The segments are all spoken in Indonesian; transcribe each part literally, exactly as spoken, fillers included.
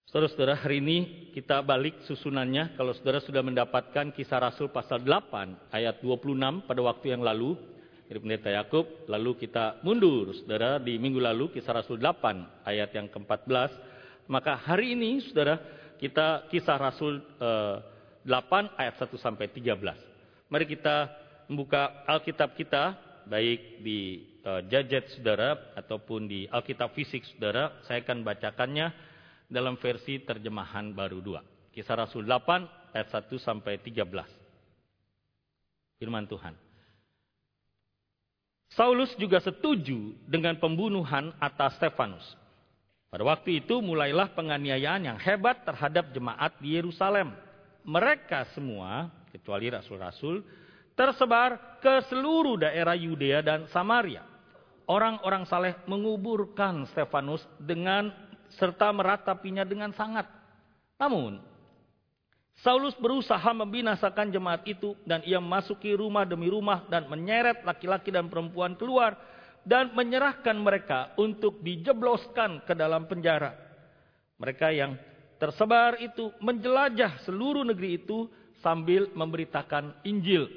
Saudara-saudara, hari ini kita balik susunannya. Kalau saudara sudah mendapatkan Kisah Rasul pasal delapan ayat dua puluh enam pada waktu yang lalu dari Pendeta Yakub, lalu kita mundur saudara di minggu lalu Kisah Rasul delapan ayat yang keempat belas. Maka hari ini saudara kita Kisah Rasul eh, delapan ayat satu sampai tiga belas. Mari kita membuka Alkitab kita baik di eh, gadget saudara ataupun di Alkitab fisik saudara. Saya akan bacakannya dalam versi terjemahan baru dua. Kisah Rasul delapan ayat satu sampai tiga belas. Firman Tuhan. Saulus juga setuju dengan pembunuhan atas Stefanus. Pada waktu itu mulailah penganiayaan yang hebat terhadap jemaat di Yerusalem. Mereka semua, kecuali rasul-rasul, tersebar ke seluruh daerah Yudea dan Samaria. Orang-orang saleh menguburkan Stefanus dengan serta meratapinya dengan sangat. Namun, Saulus berusaha membinasakan jemaat itu dan ia memasuki rumah demi rumah dan menyeret laki-laki dan perempuan keluar dan menyerahkan mereka untuk dijebloskan ke dalam penjara. Mereka yang tersebar itu menjelajah seluruh negeri itu sambil memberitakan Injil.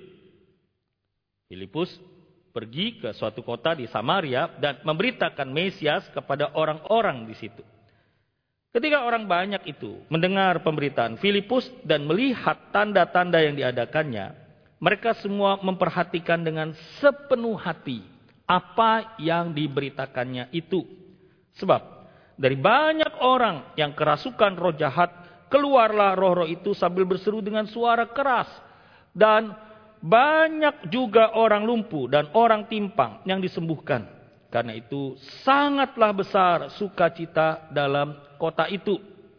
Filipus pergi ke suatu kota di Samaria dan memberitakan Mesias kepada orang-orang di situ. Ketika orang banyak itu mendengar pemberitaan Filipus dan melihat tanda-tanda yang diadakannya, mereka semua memperhatikan dengan sepenuh hati apa yang diberitakannya itu. Sebab dari banyak orang yang kerasukan roh jahat, keluarlah roh-roh itu sambil berseru dengan suara keras. Dan banyak juga orang lumpuh dan orang timpang yang disembuhkan. Karena itu sangatlah besar sukacita dalam kota itu.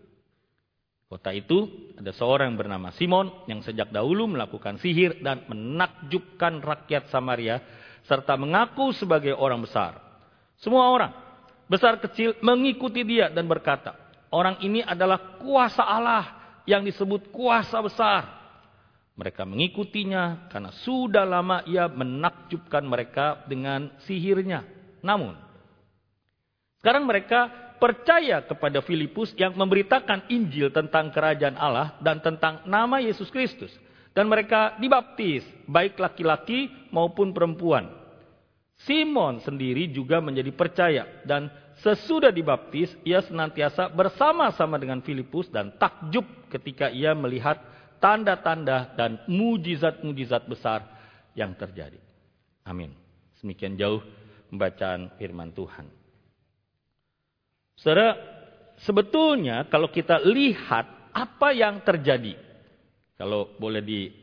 Kota itu ada seorang yang bernama Simon yang sejak dahulu melakukan sihir dan menakjubkan rakyat Samaria serta mengaku sebagai orang besar. Semua orang besar kecil mengikuti dia dan berkata, orang ini adalah kuasa Allah yang disebut kuasa besar. Mereka mengikutinya karena sudah lama ia menakjubkan mereka dengan sihirnya. Namun, sekarang mereka percaya kepada Filipus yang memberitakan Injil tentang kerajaan Allah dan tentang nama Yesus Kristus. Dan mereka dibaptis, baik laki-laki maupun perempuan. Simon sendiri juga menjadi percaya. Dan sesudah dibaptis, ia senantiasa bersama-sama dengan Filipus dan takjub ketika ia melihat tanda-tanda dan mujizat-mujizat besar yang terjadi. Amin. Semikian jauh pembacaan firman Tuhan. Saudara, sebetulnya kalau kita lihat apa yang terjadi, kalau boleh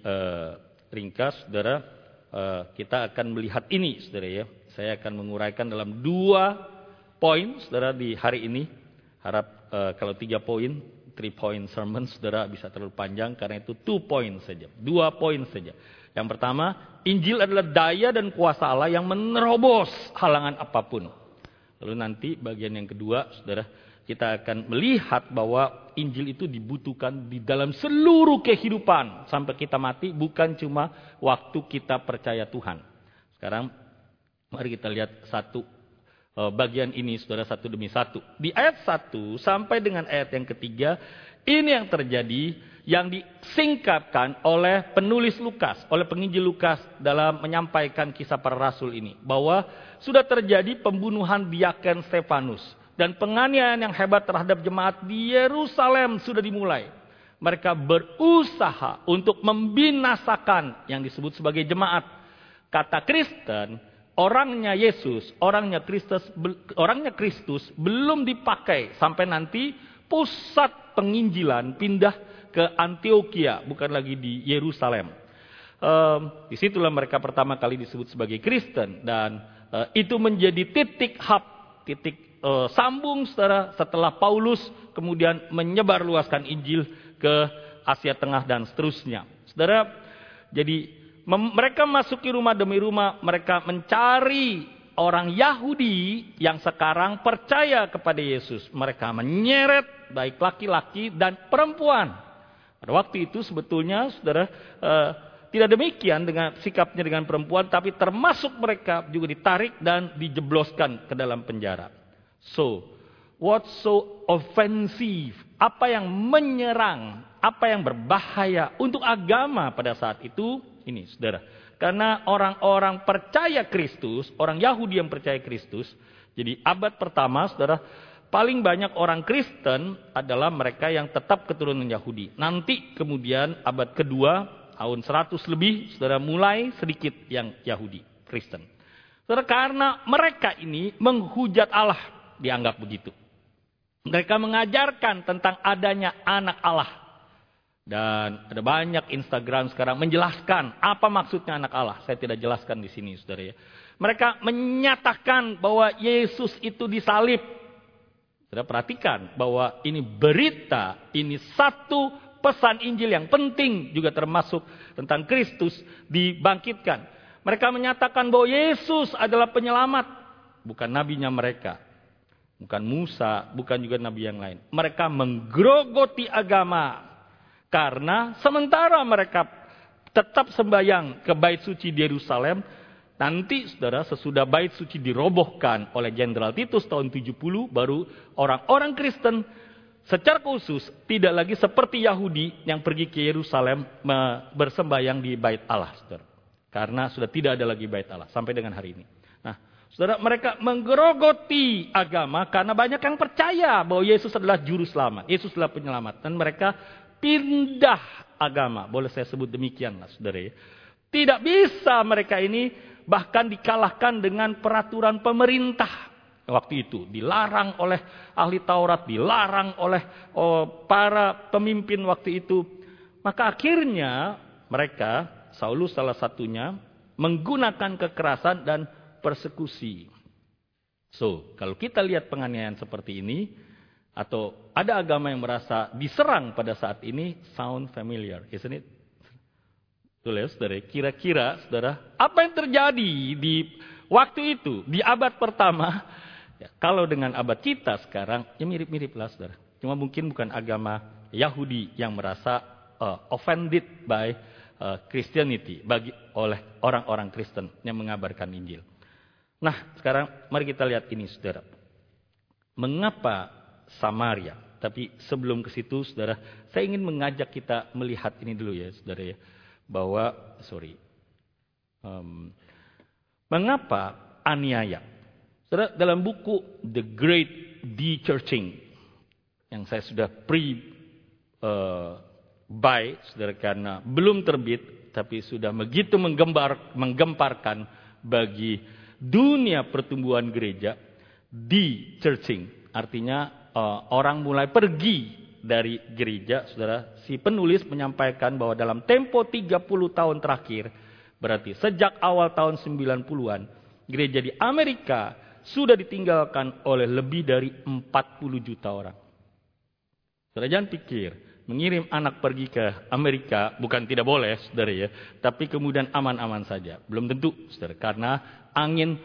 diringkas, uh, saudara, uh, kita akan melihat ini, saudara ya. Saya akan menguraikan dalam dua poin, saudara, di hari ini. Harap uh, kalau tiga poin, three point sermon, saudara bisa terlalu panjang, karena itu two point saja, dua poin saja. Yang pertama, Injil adalah daya dan kuasa Allah yang menerobos halangan apapun. Lalu nanti bagian yang kedua, saudara, kita akan melihat bahwa Injil itu dibutuhkan di dalam seluruh kehidupan sampai kita mati, bukan cuma waktu kita percaya Tuhan. Sekarang mari kita lihat satu bagian ini, saudara, satu demi satu. Di ayat satu sampai dengan ayat yang ketiga, ini yang terjadi yang disingkapkan oleh penulis Lukas, oleh penginjil Lukas dalam menyampaikan kisah para rasul ini. Bahwa sudah terjadi pembunuhan diaken Stefanus. Dan penganiayaan yang hebat terhadap jemaat di Yerusalem sudah dimulai. Mereka berusaha untuk membinasakan yang disebut sebagai jemaat. Kata Kristen, orangnya Yesus, orangnya Kristus, orangnya Kristus belum dipakai sampai nanti pusat penginjilan pindah ke Antioquia, bukan lagi di Yerusalem. Um, disitulah mereka pertama kali disebut sebagai Kristen dan uh, itu menjadi titik hub, titik uh, sambung setelah, setelah Paulus kemudian menyebarluaskan Injil ke Asia Tengah dan seterusnya. Saudara, jadi mem- mereka masuki rumah demi rumah, mereka mencari orang Yahudi yang sekarang percaya kepada Yesus. Mereka menyeret baik laki-laki dan perempuan. Pada waktu itu sebetulnya, saudara, uh, tidak demikian dengan sikapnya dengan perempuan, tapi termasuk mereka juga ditarik dan dijebloskan ke dalam penjara. So, what's so offensive apa yang menyerang, apa yang berbahaya untuk agama pada saat itu, ini saudara. Karena orang-orang percaya Kristus, orang Yahudi yang percaya Kristus, jadi abad pertama saudara, paling banyak orang Kristen adalah mereka yang tetap keturunan Yahudi. Nanti kemudian abad kedua, tahun seratus lebih, saudara, mulai sedikit yang Yahudi, Kristen. Saudara, karena mereka ini menghujat Allah, dianggap begitu. Mereka mengajarkan tentang adanya anak Allah. Dan ada banyak Instagram sekarang menjelaskan apa maksudnya anak Allah. Saya tidak jelaskan di sini, saudara ya. Mereka menyatakan bahwa Yesus itu disalib. Saudara perhatikan bahwa ini berita, ini satu pesan Injil yang penting juga termasuk tentang Kristus dibangkitkan. Mereka menyatakan bahwa Yesus adalah penyelamat, bukan nabinya mereka. Bukan Musa, bukan juga nabi yang lain. Mereka menggerogoti agama. Karena sementara mereka tetap sembahyang ke bait suci di Yerusalem, nanti saudara sesudah bait suci dirobohkan oleh Jenderal Titus tahun tujuh puluh, baru orang-orang Kristen secara khusus tidak lagi seperti Yahudi yang pergi ke Yerusalem bersembahyang di bait Allah, saudara. Karena sudah tidak ada lagi bait Allah sampai dengan hari ini. Nah, saudara, mereka menggerogoti agama karena banyak yang percaya bahwa Yesus adalah juru selamat, Yesus adalah penyelamat, dan mereka pindah agama, boleh saya sebut demikian lah, saudara ya. Tidak bisa mereka ini bahkan dikalahkan dengan peraturan pemerintah waktu itu. Dilarang oleh ahli Taurat, dilarang oleh oh, para pemimpin waktu itu. Maka akhirnya mereka, Saulus salah satunya, menggunakan kekerasan dan persekusi. So, kalau kita lihat penganiayaan seperti ini, atau ada agama yang merasa diserang pada saat ini, sound familiar, isn't it? Betul ya, saudara? Kira-kira, saudara, apa yang terjadi di waktu itu, di abad pertama, ya, kalau dengan abad kita sekarang, ya mirip-mirip lah, saudara. Cuma mungkin bukan agama Yahudi yang merasa uh, offended by uh, Christianity, bagi oleh orang-orang Kristen yang mengabarkan Injil. Nah, sekarang mari kita lihat ini, saudara. Mengapa Samaria? Tapi sebelum ke situ, saudara, saya ingin mengajak kita melihat ini dulu ya, saudara ya, bahwa sorry, um, mengapa aniaya? Saudara, dalam buku The Great De-Churching yang saya sudah pre uh, buy, saudara, karena belum terbit, tapi sudah begitu menggembar, menggemparkan bagi dunia pertumbuhan gereja. De-Churching artinya Uh, orang mulai pergi dari gereja, saudara. Si penulis menyampaikan bahwa dalam tempo tiga puluh tahun terakhir, berarti sejak awal tahun sembilan puluhan, gereja di Amerika sudah ditinggalkan oleh lebih dari empat puluh juta orang. Saudara, jangan pikir mengirim anak pergi ke Amerika bukan tidak boleh, saudara ya, tapi kemudian aman-aman saja. Belum tentu, saudara, karena angin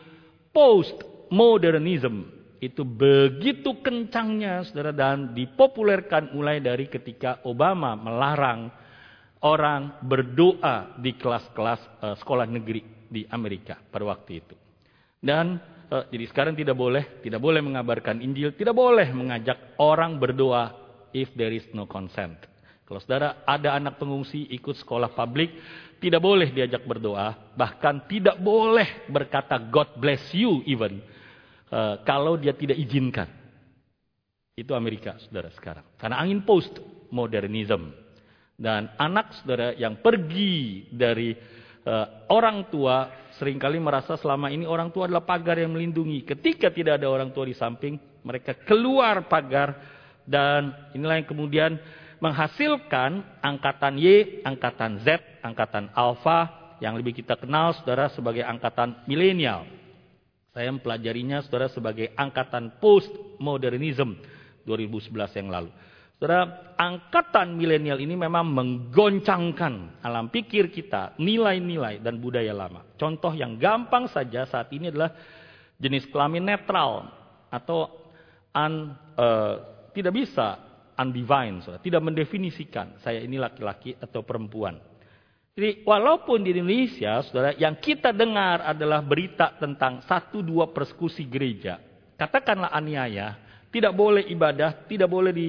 post-modernism itu begitu kencangnya, saudara, dan dipopulerkan mulai dari ketika Obama melarang orang berdoa di kelas-kelas uh, sekolah negeri di Amerika pada waktu itu. Dan uh, jadi sekarang tidak boleh, tidak boleh mengabarkan Injil, tidak boleh mengajak orang berdoa if there is no consent. Kalau saudara ada anak pengungsi ikut sekolah publik, tidak boleh diajak berdoa, bahkan tidak boleh berkata God bless you even. Uh, kalau dia tidak izinkan. Itu Amerika, saudara, sekarang. Karena angin post-modernism. Dan anak, saudara, yang pergi dari uh, orang tua, seringkali merasa selama ini orang tua adalah pagar yang melindungi. Ketika tidak ada orang tua di samping, mereka keluar pagar. Dan inilah yang kemudian menghasilkan angkatan Y, angkatan Z, angkatan Alpha, yang lebih kita kenal, saudara, sebagai angkatan milenial. Saya mempelajarinya, saudara, sebagai angkatan post-modernism dua ribu sebelas yang lalu. Saudara, angkatan milenial ini memang menggoncangkan alam pikir kita, nilai-nilai dan budaya lama. Contoh yang gampang saja saat ini adalah jenis kelamin netral atau un, uh, tidak bisa undivine, saudara, tidak mendefinisikan saya ini laki-laki atau perempuan. Jadi walaupun di Indonesia, saudara, yang kita dengar adalah berita tentang satu dua persekusi gereja, katakanlah aniaya, tidak boleh ibadah, tidak boleh di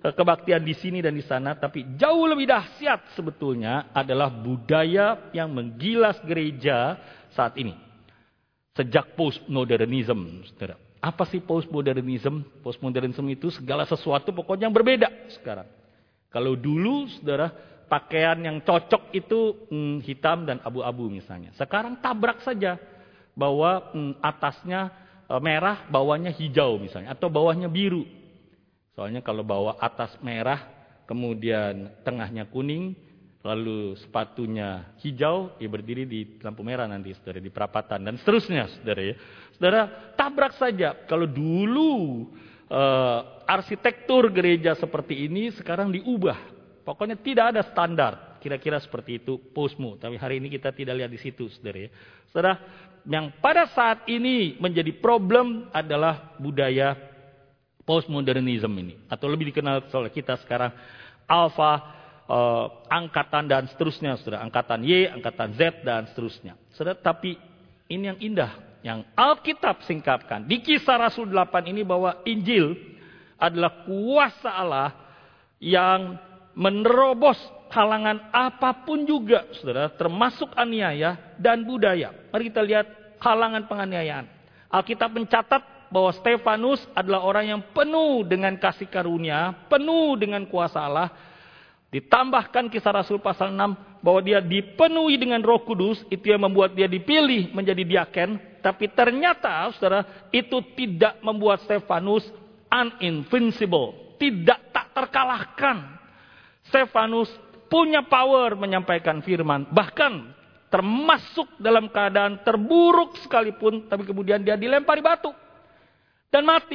kebaktian di sini dan di sana, tapi jauh lebih dahsyat sebetulnya adalah budaya yang menggilas gereja saat ini. Sejak postmodernism, saudara. Apa sih postmodernism? Postmodernism itu segala sesuatu pokoknya yang berbeda sekarang. Kalau dulu, saudara, pakaian yang cocok itu hmm, hitam dan abu-abu misalnya. Sekarang tabrak saja bahwa hmm, atasnya e, merah, bawahnya hijau misalnya, atau bawahnya biru. Soalnya kalau bawah atas merah, kemudian tengahnya kuning, lalu sepatunya hijau, ya berdiri di lampu merah nanti, saudara, di perapatan dan seterusnya, saudara ya. Saudara, tabrak saja. Kalau dulu eh, arsitektur gereja seperti ini, sekarang diubah. Pokoknya tidak ada standar. Kira-kira seperti itu postmo. Tapi hari ini kita tidak lihat di situ, saudara ya. Saudara, yang pada saat ini menjadi problem adalah budaya postmodernism ini. Atau lebih dikenal oleh kita sekarang alpha, Uh, angkatan dan seterusnya, saudara. Angkatan Y, angkatan Z dan seterusnya. Saudara, tapi ini yang indah, yang Alkitab singkapkan di Kisah Rasul delapan ini, bahwa Injil adalah kuasa Allah yang menerobos halangan apapun juga, saudara, termasuk aniaya dan budaya. Mari kita lihat halangan penganiayaan. Alkitab mencatat bahwa Stefanus adalah orang yang penuh dengan kasih karunia, penuh dengan kuasa Allah. Ditambahkan Kisah Rasul pasal enam bahwa dia dipenuhi dengan Roh Kudus, itu yang membuat dia dipilih menjadi diaken. Tapi ternyata, saudara, itu tidak membuat Stefanus uninvincible, tidak tak terkalahkan. Stefanus punya power menyampaikan firman, bahkan termasuk dalam keadaan terburuk sekalipun, tapi kemudian dia dilempari batu dan mati.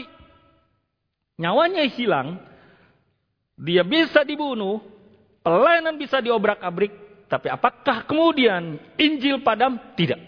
Nyawanya hilang, dia bisa dibunuh, pelayanan bisa diobrak-abrik, tapi apakah kemudian Injil padam? Tidak.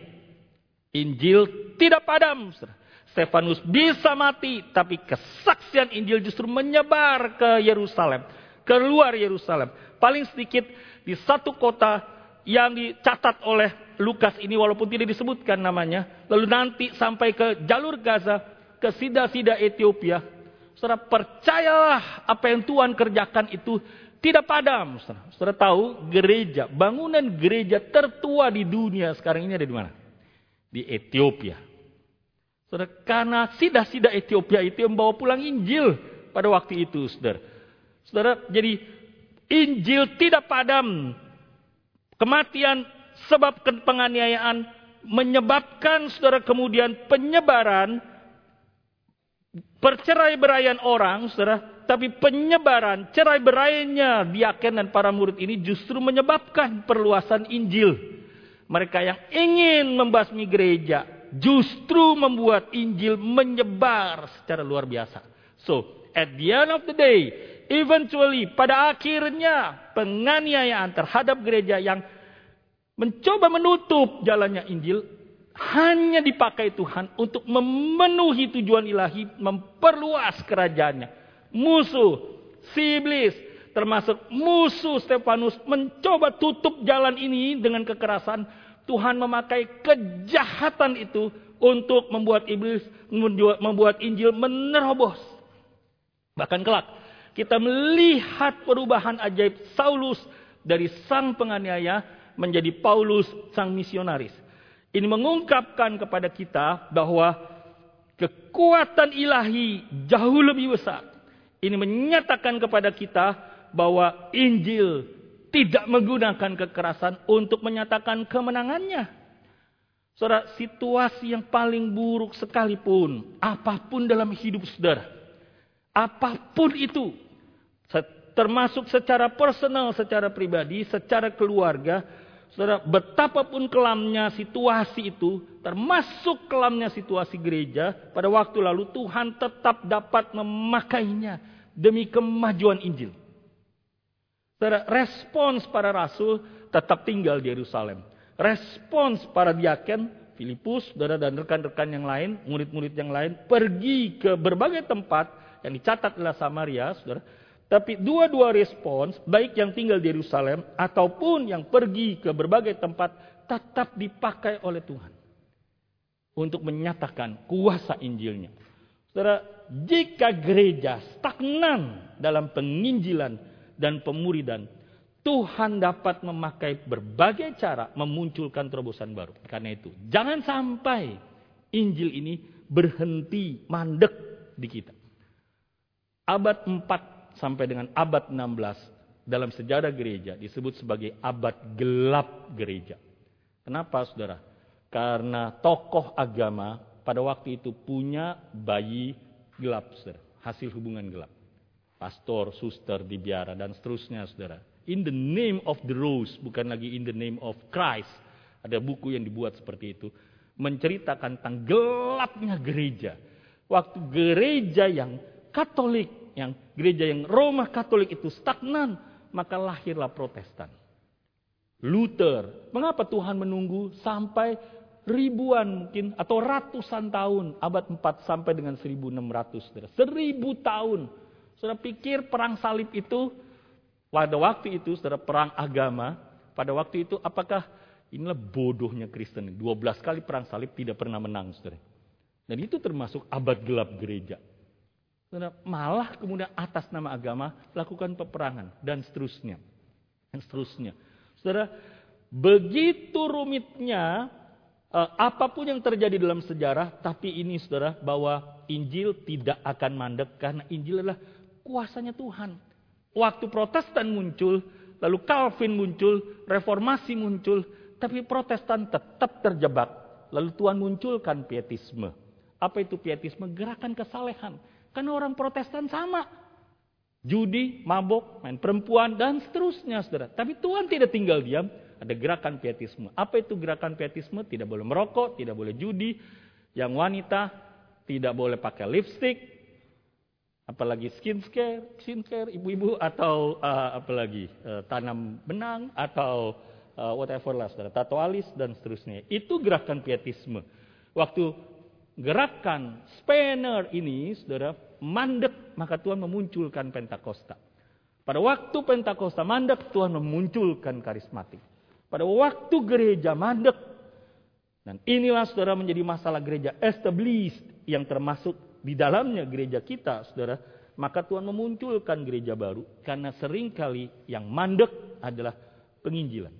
Injil tidak padam. Stefanus bisa mati, tapi kesaksian Injil justru menyebar ke Yerusalem, keluar Yerusalem. Paling sedikit di satu kota yang dicatat oleh Lukas ini, walaupun tidak disebutkan namanya, lalu nanti sampai ke jalur Gaza, ke sida-sida Ethiopia. Saudara, percayalah apa yang Tuhan kerjakan itu tidak padam. Saudara. Saudara tahu, gereja, bangunan gereja tertua di dunia sekarang ini ada di mana? Di Ethiopia. Saudara, karena sida-sida Ethiopia itu yang membawa pulang Injil pada waktu itu, saudara. Saudara, jadi Injil tidak padam. Kematian sebab penganiayaan menyebabkan, saudara, kemudian penyebaran, percerai-beraian orang, saudara. Tapi penyebaran, cerai berainya diaken dan para murid ini justru menyebabkan perluasan Injil. Mereka yang ingin membasmi gereja justru membuat Injil menyebar secara luar biasa. So, at the end of the day, eventually, pada akhirnya penganiayaan terhadap gereja yang mencoba menutup jalannya Injil hanya dipakai Tuhan untuk memenuhi tujuan ilahi, memperluas kerajaannya. Musuh, si iblis, termasuk musuh Stefanus mencoba tutup jalan ini dengan kekerasan. Tuhan memakai kejahatan itu untuk membuat iblis, membuat Injil menerobos. Bahkan kelak kita melihat perubahan ajaib Saulus dari sang penganiaya menjadi Paulus sang misionaris. Ini mengungkapkan kepada kita bahwa kekuatan ilahi jauh lebih besar. Ini menyatakan kepada kita bahwa Injil tidak menggunakan kekerasan untuk menyatakan kemenangannya. Saudara, situasi yang paling buruk sekalipun, apapun dalam hidup saudara, apapun itu, termasuk secara personal, secara pribadi, secara keluarga, saudara, betapapun kelamnya situasi itu, termasuk kelamnya situasi gereja, pada waktu lalu Tuhan tetap dapat memakainya demi kemajuan Injil. Saudara, respons para rasul tetap tinggal di Yerusalem. Respons para diaken, Filipus, saudara, dan rekan-rekan yang lain, murid-murid yang lain, pergi ke berbagai tempat yang dicatat adalah Samaria, saudara. Tapi dua-dua respons, baik yang tinggal di Yerusalem ataupun yang pergi ke berbagai tempat, tetap dipakai oleh Tuhan untuk menyatakan kuasa Injilnya. Saudara, jika gereja stagnan dalam penginjilan dan pemuridan, Tuhan dapat memakai berbagai cara memunculkan terobosan baru. Karena itu, jangan sampai Injil ini berhenti mandek di kita. Abad empat sampai dengan abad enam belas dalam sejarah gereja disebut sebagai abad gelap gereja. Kenapa, saudara? Karena tokoh agama pada waktu itu punya bayi gelap, saudara. Hasil hubungan gelap. Pastor, suster dibiara, dan seterusnya, saudara. In the name of the rose, bukan lagi in the name of Christ. Ada buku yang dibuat seperti itu. Menceritakan tentang gelapnya gereja. Waktu gereja yang Katolik, yang gereja yang Roma Katolik itu stagnan, maka lahirlah Protestan. Luther, mengapa Tuhan menunggu sampai ribuan mungkin atau ratusan tahun, abad empat sampai dengan seribu enam ratus, saudara. Seribu tahun. Saudara pikir perang salib itu, pada waktu itu, saudara, perang agama, pada waktu itu apakah inilah bodohnya Kristen. dua belas kali perang salib tidak pernah menang, saudara. Dan itu termasuk abad gelap gereja. Saudara, malah kemudian atas nama agama lakukan peperangan dan seterusnya. Dan seterusnya. Saudara, begitu rumitnya Uh, apapun yang terjadi dalam sejarah, tapi ini, saudara, bahwa Injil tidak akan mandek karena Injil adalah kuasanya Tuhan. Waktu Protestan muncul, lalu Calvin muncul, Reformasi muncul, tapi Protestan tetap terjebak. Lalu Tuhan munculkan pietisme. Apa itu pietisme? Gerakan kesalehan. Karena orang Protestan sama. Judi, mabok, main perempuan, dan seterusnya, saudara. Tapi Tuhan tidak tinggal diam. Ada gerakan pietisme. Apa itu gerakan pietisme? Tidak boleh merokok, tidak boleh judi. Yang wanita tidak boleh pakai lipstick. Apalagi skincare, skincare ibu-ibu, atau uh, apalagi uh, tanam benang, atau uh, whatever lah, saudara. Tato alis, dan seterusnya. Itu gerakan pietisme. Waktu gerakan Spener ini, saudara, mandek, maka Tuhan memunculkan Pentakosta. Pada waktu Pentakosta mandek, Tuhan memunculkan karismatik. Pada waktu gereja mandek, dan inilah, saudara, menjadi masalah gereja established yang termasuk di dalamnya gereja kita, saudara, maka Tuhan memunculkan gereja baru karena seringkali yang mandek adalah penginjilan.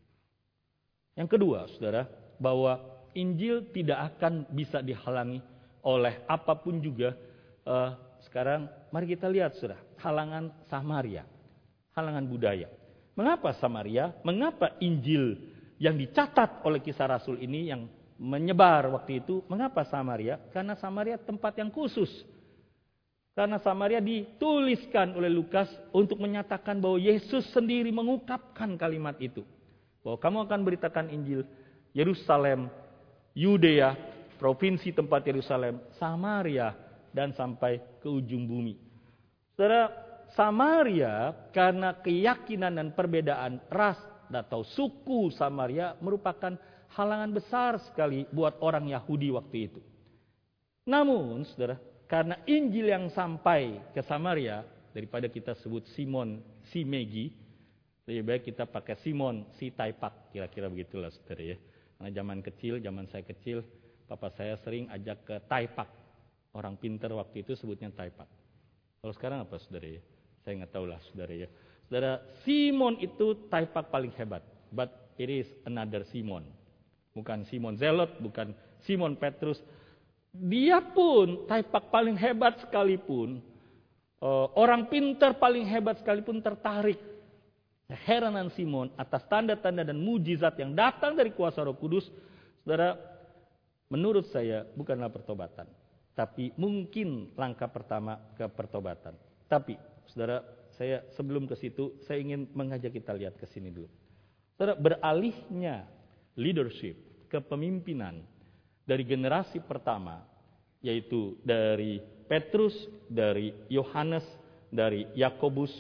Yang kedua, saudara, bahwa Injil tidak akan bisa dihalangi oleh apapun juga. Uh, sekarang mari kita lihat, saudara, halangan Samaria, halangan budaya. Mengapa Samaria? Mengapa Injil yang dicatat oleh Kisah Rasul ini yang menyebar waktu itu? Mengapa Samaria? Karena Samaria tempat yang khusus. Karena Samaria dituliskan oleh Lukas untuk menyatakan bahwa Yesus sendiri mengungkapkan kalimat itu. Bahwa kamu akan beritakan Injil Yerusalem, Yudea, provinsi tempat Yerusalem, Samaria, dan sampai ke ujung bumi. Saudara, Samaria karena keyakinan dan perbedaan ras atau suku Samaria merupakan halangan besar sekali buat orang Yahudi waktu itu. Namun, saudara, karena Injil yang sampai ke Samaria, daripada kita sebut Simon si Megi, lebih baik kita pakai Simon si Taipak, kira-kira begitulah, saudara ya. Karena zaman kecil, zaman saya kecil, papa saya sering ajak ke Taipak. Orang pintar waktu itu sebutnya Taipak. Kalau sekarang apa, saudara ya? Saya nggak tahu lah, saudara ya. Saudara, Simon itu Taipak paling hebat. But it is another Simon. Bukan Simon Zelot, bukan Simon Petrus. Dia pun Taipak paling hebat sekalipun. Uh, orang pintar paling hebat sekalipun tertarik. Keheranan Simon atas tanda-tanda dan mujizat yang datang dari kuasa Roh Kudus. Saudara, menurut saya bukanlah pertobatan. Tapi mungkin langkah pertama ke pertobatan. Tapi, saudara, saya sebelum ke situ, saya ingin mengajak kita lihat ke sini dulu. Saudara, beralihnya leadership, kepemimpinan dari generasi pertama, yaitu dari Petrus, dari Yohanes, dari Yakobus,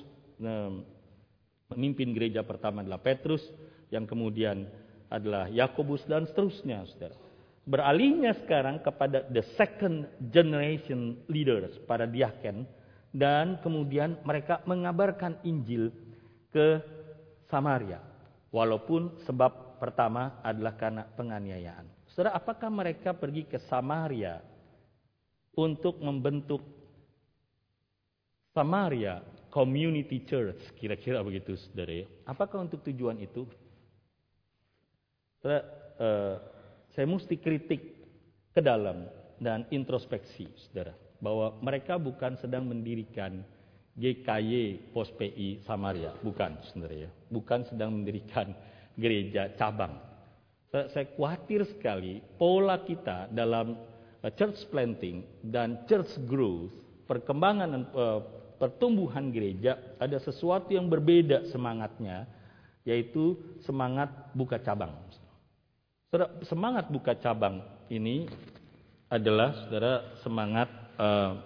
pemimpin gereja pertama adalah Petrus, yang kemudian adalah Yakobus, dan seterusnya, saudara. Beralihnya sekarang kepada the second generation leaders, para diaken, dan kemudian mereka mengabarkan Injil ke Samaria. Walaupun sebab pertama adalah karena penganiayaan. Saudara, apakah mereka pergi ke Samaria untuk membentuk Samaria Community Church, kira-kira begitu saudara ya. Apakah untuk tujuan itu? Saudara, eh, saya mesti kritik ke dalam dan introspeksi saudara, bahwa mereka bukan sedang mendirikan G K Y Pos P I Samaria, bukan saudara ya. Bukan sedang mendirikan gereja cabang. Saya, saya khawatir sekali pola kita dalam church planting dan church growth, perkembangan dan uh, pertumbuhan gereja ada sesuatu yang berbeda semangatnya, yaitu semangat buka cabang. Saudara, semangat buka cabang ini adalah saudara semangat uh,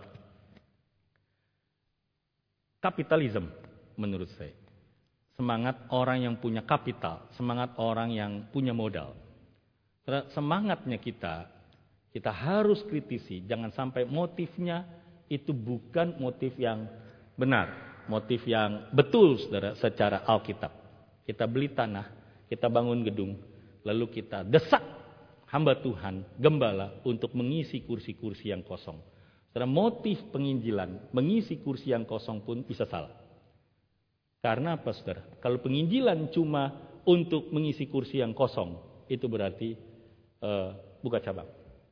kapitalisme menurut saya. Semangat orang yang punya kapital, semangat orang yang punya modal. Saudara, semangatnya kita, kita harus kritisi, jangan sampai motifnya itu bukan motif yang benar, motif yang betul saudara secara Alkitab. Kita beli tanah, kita bangun gedung, lalu kita desak hamba Tuhan, gembala untuk mengisi kursi-kursi yang kosong. Saudara, motif penginjilan, mengisi kursi yang kosong pun bisa salah. Karena apa saudara? Kalau penginjilan cuma untuk mengisi kursi yang kosong, itu berarti uh, buka cabang.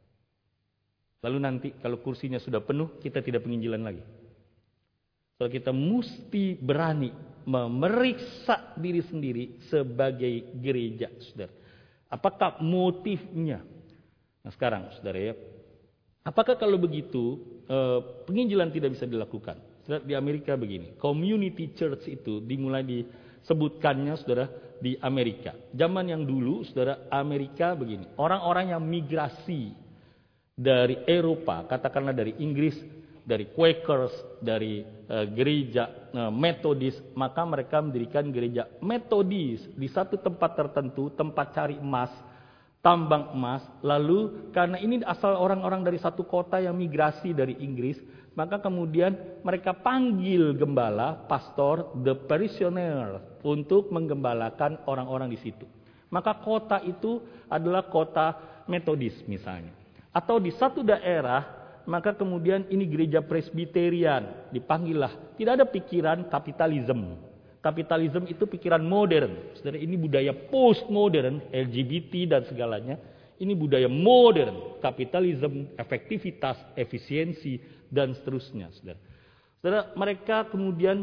Lalu nanti kalau kursinya sudah penuh, kita tidak penginjilan lagi. So, kita mesti berani memeriksa diri sendiri sebagai gereja, saudara. Apakah motifnya? Nah sekarang, saudara ya, apakah kalau begitu eh, penginjilan tidak bisa dilakukan? Saudara, di Amerika begini, community church itu dimulai disebutkannya, saudara, di Amerika. Zaman yang dulu, saudara, Amerika begini, orang-orang yang migrasi dari Eropa, katakanlah dari Inggris, dari Quakers, dari uh, gereja uh, Metodis, maka mereka mendirikan gereja Metodis di satu tempat tertentu, tempat cari emas, tambang emas. Lalu karena ini asal orang-orang dari satu kota yang migrasi dari Inggris, maka kemudian mereka panggil gembala, pastor, the parishioner untuk menggembalakan orang-orang di situ. Maka kota itu adalah kota Metodis misalnya. Atau di satu daerah, maka kemudian ini gereja Presbyterian, dipanggillah. Tidak ada pikiran kapitalisme. Kapitalisme itu pikiran modern. Saudara, ini budaya postmodern, L G B T dan segalanya. Ini budaya modern, kapitalisme, efektivitas, efisiensi, dan seterusnya. Saudara, saudara mereka kemudian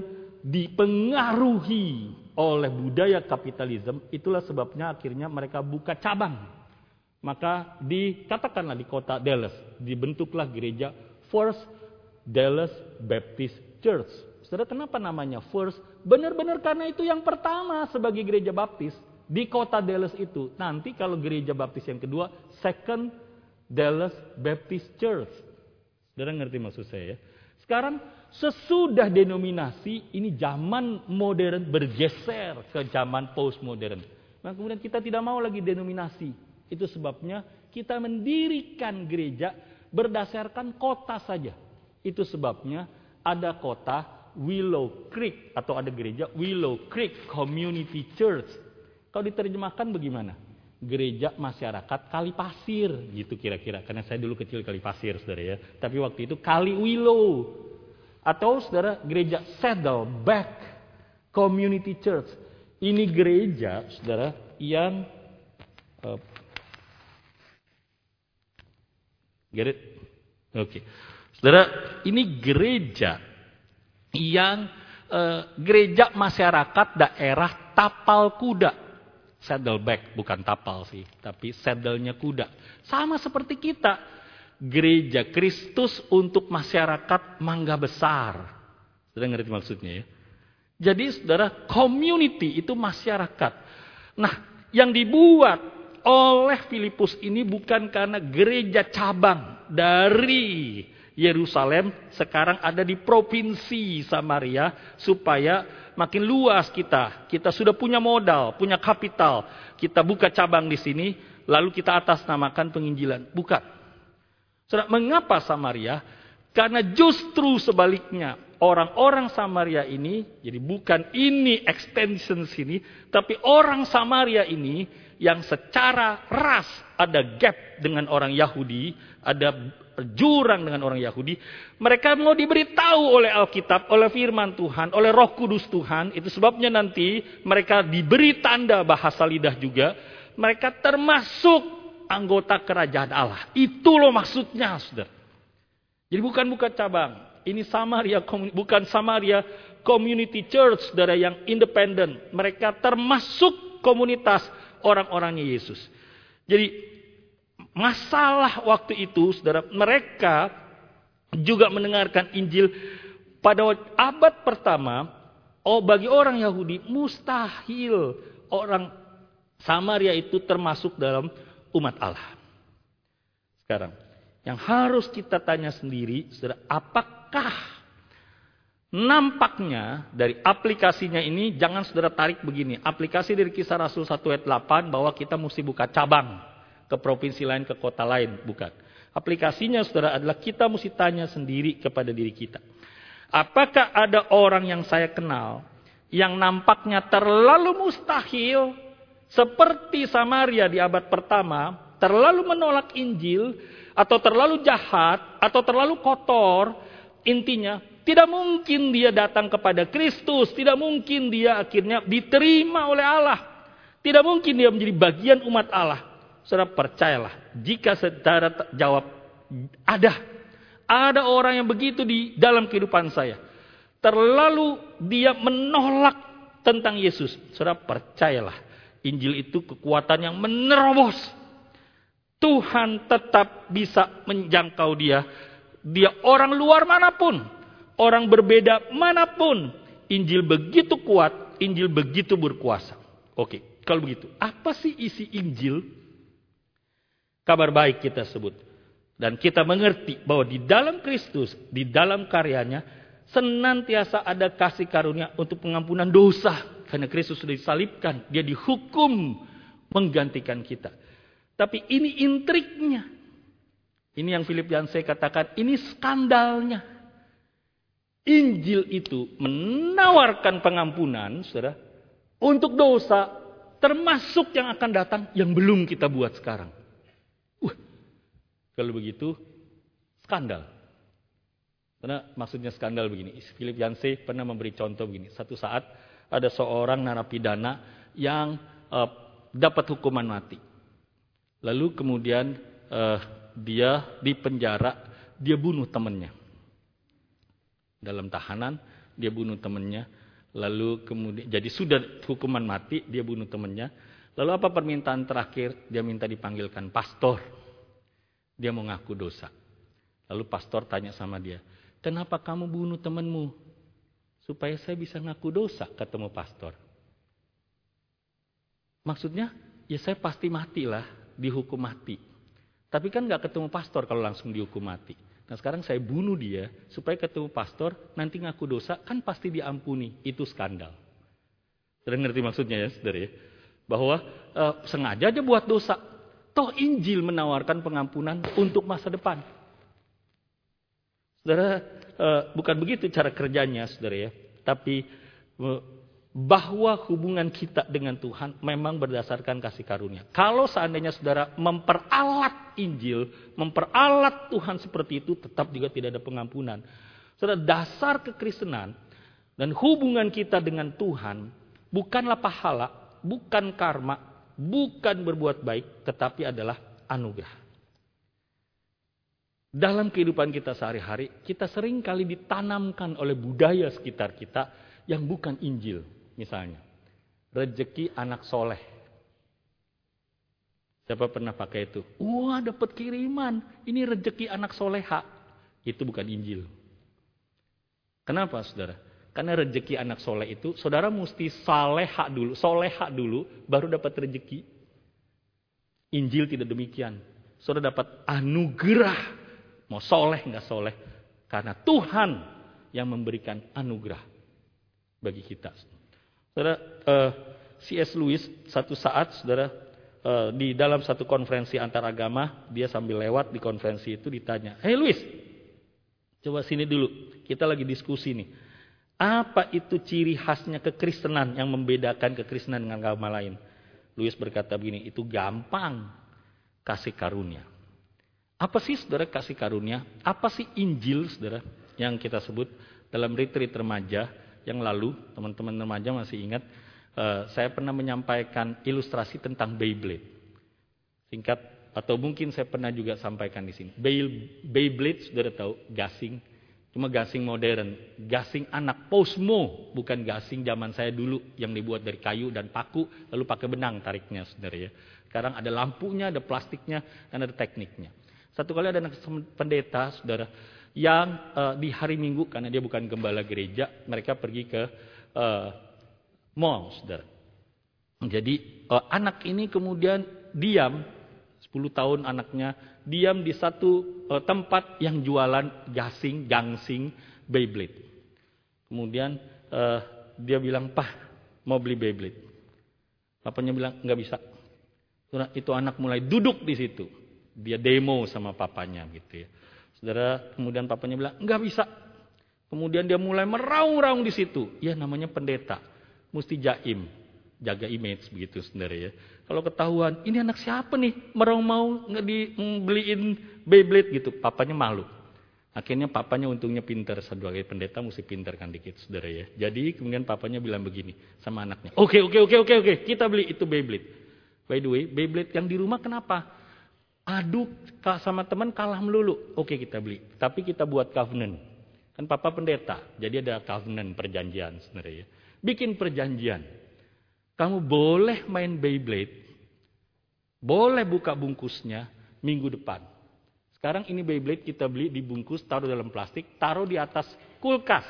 dipengaruhi oleh budaya kapitalisme. Itulah sebabnya akhirnya mereka buka cabang. Maka dikatakanlah di kota Dallas, dibentuklah gereja First Dallas Baptist Church. Saudara, kenapa namanya First? Benar-benar karena itu yang pertama sebagai gereja baptis di kota Dallas itu. Nanti kalau gereja baptis yang kedua, Second Dallas Baptist Church. Saudara ngerti maksud saya ya? Sekarang sesudah denominasi, ini zaman modern bergeser ke zaman postmodern. Nah kemudian kita tidak mau lagi denominasi. Itu sebabnya kita mendirikan gereja berdasarkan kota saja. Itu sebabnya ada kota Willow Creek atau ada gereja Willow Creek Community Church. Kalau diterjemahkan bagaimana? Gereja masyarakat Kali Pasir gitu kira-kira. Karena saya dulu kecil Kali Pasir, saudara ya. Tapi waktu itu Kali Willow. Atau saudara gereja Saddleback Community Church. Ini gereja saudara yang uh, Get it? Oke. Okay. Saudara, ini gereja yang uh, gereja masyarakat daerah Tapal Kuda. Saddleback, bukan tapal sih, tapi saddle-nya kuda. Sama seperti kita. Gereja Kristus untuk masyarakat Mangga Besar. Saudara ngerti maksudnya ya? Jadi saudara, community itu masyarakat. Nah, yang dibuat oleh Filipus ini bukan karena gereja cabang dari Yerusalem sekarang ada di provinsi Samaria supaya makin luas kita. Kita sudah punya modal, punya kapital. Kita buka cabang di sini lalu kita atasnamakan penginjilan. Bukan. Saudara, mengapa Samaria? Karena justru sebaliknya orang-orang Samaria ini, jadi bukan ini extension sini, tapi orang Samaria ini yang secara ras ada gap dengan orang Yahudi, ada berjurang dengan orang Yahudi. Mereka mau diberitahu oleh Alkitab, oleh firman Tuhan, oleh Roh Kudus Tuhan. Itu sebabnya nanti mereka diberi tanda bahasa lidah juga. Mereka termasuk anggota kerajaan Allah. Itu loh maksudnya, saudara. Jadi bukan bukan cabang. Ini Samaria, bukan Samaria Community Church, saudara, yang independen. Mereka termasuk komunitas orang-orangnya Yesus. Jadi masalah waktu itu, saudara, mereka juga mendengarkan Injil pada abad pertama. Oh, bagi orang Yahudi mustahil orang Samaria itu termasuk dalam umat Allah. Sekarang, yang harus kita tanya sendiri, saudara, apakah nampaknya dari aplikasinya ini, jangan saudara tarik begini. Aplikasi dari Kisah Rasul satu ayat delapan bahwa kita mesti buka cabang ke provinsi lain, ke kota lain. Bukan. Aplikasinya, saudara, adalah kita mesti tanya sendiri kepada diri kita. Apakah ada orang yang saya kenal yang nampaknya terlalu mustahil seperti Samaria di abad pertama, terlalu menolak Injil, atau terlalu jahat, atau terlalu kotor? Intinya, tidak mungkin dia datang kepada Kristus. Tidak mungkin dia akhirnya diterima oleh Allah. Tidak mungkin dia menjadi bagian umat Allah. Saudara, percayalah, jika saudara jawab, ada. Ada orang yang begitu di dalam kehidupan saya. Terlalu dia menolak tentang Yesus. Saudara, percayalah, Injil itu kekuatan yang menerobos. Tuhan tetap bisa menjangkau dia. Dia orang luar manapun. Orang berbeda manapun. Injil begitu kuat. Injil begitu berkuasa. Oke, kalau begitu, apa sih isi Injil? Kabar baik kita sebut. Dan kita mengerti bahwa di dalam Kristus, di dalam karyanya, senantiasa ada kasih karunia untuk pengampunan dosa. Karena Kristus sudah disalibkan. Dia dihukum menggantikan kita. Tapi ini intriknya. Ini yang Philip Yancey katakan, ini skandalnya. Injil itu menawarkan pengampunan, saudara, untuk dosa, termasuk yang akan datang, yang belum kita buat sekarang. Wah, kalau begitu, skandal. Karena maksudnya skandal begini. Philip Yancey pernah memberi contoh begini. Satu saat ada seorang narapidana yang uh, dapat hukuman mati. Lalu kemudian uh, dia di penjara, dia bunuh temannya. Dalam tahanan, dia bunuh temannya. Lalu kemudian, jadi sudah hukuman mati, dia bunuh temannya. Lalu apa permintaan terakhir? Dia minta dipanggilkan pastor. Dia mau ngaku dosa. Lalu pastor tanya sama dia, kenapa kamu bunuh temanmu? Supaya saya bisa ngaku dosa, ketemu pastor. Maksudnya, ya saya pasti matilah, dihukum mati. Tapi kan gak ketemu pastor kalau langsung dihukum mati. Nah sekarang saya bunuh dia, supaya ketemu pastor, nanti ngaku dosa, kan pasti diampuni. Itu skandal. Sudah ngerti maksudnya ya, saudara ya? Bahwa e, sengaja aja buat dosa. Toh Injil menawarkan pengampunan untuk masa depan. Saudara, e, bukan begitu cara kerjanya, saudara ya. Tapi e, bahwa hubungan kita dengan Tuhan memang berdasarkan kasih karunia. Kalau seandainya saudara memperalat Injil, memperalat Tuhan seperti itu, tetap juga tidak ada pengampunan. Saudara, dasar kekristenan dan hubungan kita dengan Tuhan bukanlah pahala, bukan karma, bukan berbuat baik, tetapi adalah anugerah. Dalam kehidupan kita sehari-hari, kita sering kali ditanamkan oleh budaya sekitar kita yang bukan Injil. Misalnya, rezeki anak soleh. Siapa pernah pakai itu? Wah, dapat kiriman. Ini rezeki anak soleha. Itu bukan Injil. Kenapa, saudara? Karena rezeki anak soleh itu, saudara mesti saleha dulu, soleha dulu, baru dapat rezeki. Injil tidak demikian. Saudara dapat anugerah, mau soleh nggak soleh, karena Tuhan yang memberikan anugerah bagi kita. Saudara, uh, C S Lewis satu saat, saudara, uh, di dalam satu konferensi antaragama, dia sambil lewat di konferensi itu ditanya, "Hey Lewis, coba sini dulu, kita lagi diskusi nih. Apa itu ciri khasnya kekristenan yang membedakan kekristenan dengan agama lain?" Lewis berkata begini, itu gampang, kasih karunia. Apa sih saudara kasih karunia? Apa sih Injil saudara yang kita sebut dalam retreat remaja yang lalu? Teman-teman remaja masih ingat, uh, saya pernah menyampaikan ilustrasi tentang Beyblade. Singkat, atau mungkin saya pernah juga sampaikan di sini. Beyblade saudara tahu, gasing. Cuma gasing modern. Gasing anak Posmo, bukan gasing zaman saya dulu yang dibuat dari kayu dan paku, lalu pakai benang tariknya saudara ya. Sekarang ada lampunya, ada plastiknya, dan ada tekniknya. Satu kali ada anak pendeta, saudara, yang uh, di hari Minggu, karena dia bukan gembala gereja, mereka pergi ke uh, mall, saudara. Jadi uh, anak ini kemudian diam, sepuluh tahun anaknya, diam di satu uh, tempat yang jualan gasing, gangsing, Beyblade. Kemudian uh, dia bilang, "Pah, mau beli Beyblade." Papanya bilang, "Nggak bisa." Saudara, itu anak mulai duduk di situ. Dia demo sama papanya gitu ya. Saudara, kemudian papanya bilang, "Enggak bisa." Kemudian dia mulai meraung-raung di situ. Ya namanya pendeta. Mesti jaim. Jaga image begitu saudara ya. Kalau ketahuan, ini anak siapa nih? Meraung mau nggak dibeliin Beyblade gitu. Papanya malu. Akhirnya papanya untungnya pintar. Sebagai pendeta mesti pintar kan dikit saudara ya. Jadi kemudian papanya bilang begini sama anaknya. Oke, oke, oke, oke, oke. Kita beli itu Beyblade. By the way, Beyblade yang di rumah kenapa? Adu sama teman kalah melulu. Oke kita beli. Tapi kita buat covenant. Kan papa pendeta. Jadi ada covenant, perjanjian sebenarnya. Bikin perjanjian. Kamu boleh main Beyblade. Boleh buka bungkusnya minggu depan. Sekarang ini Beyblade kita beli dibungkus, taruh dalam plastik, taruh di atas kulkas.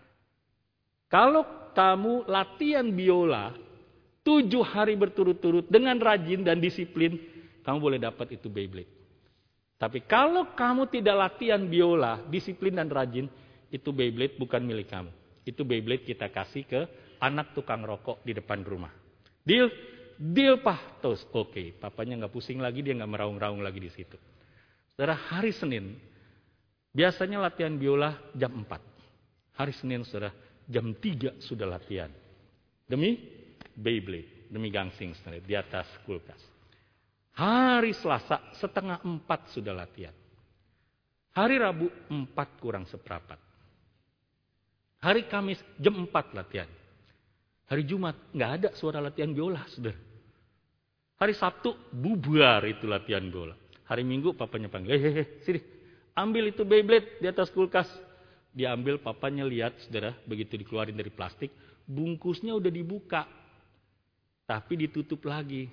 Kalau kamu latihan biola tujuh hari berturut-turut dengan rajin dan disiplin, kamu boleh dapat itu Beyblade. Tapi kalau kamu tidak latihan biola, disiplin dan rajin, itu Beyblade bukan milik kamu. Itu Beyblade kita kasih ke anak tukang rokok di depan rumah. Deal? Deal Pak. Terus oke, okay. Papanya nggak pusing lagi, dia nggak meraung-raung lagi di situ. Saudara, hari Senin, biasanya latihan biola jam empat. Hari Senin, saudara, jam tiga sudah latihan. Demi Beyblade, demi gangsing, saudara, di atas kulkas. Hari Selasa setengah empat sudah latihan. Hari Rabu empat kurang seperempat. Hari Kamis jam empat latihan. Hari Jumat nggak ada suara latihan biola, saudara. Hari Sabtu bubar itu latihan biola. Hari Minggu papanya panggil, hehehe, sini ambil itu Beyblade di atas kulkas. Dia ambil, papanya lihat, saudara, begitu dikeluarin dari plastik, bungkusnya udah dibuka, tapi ditutup lagi.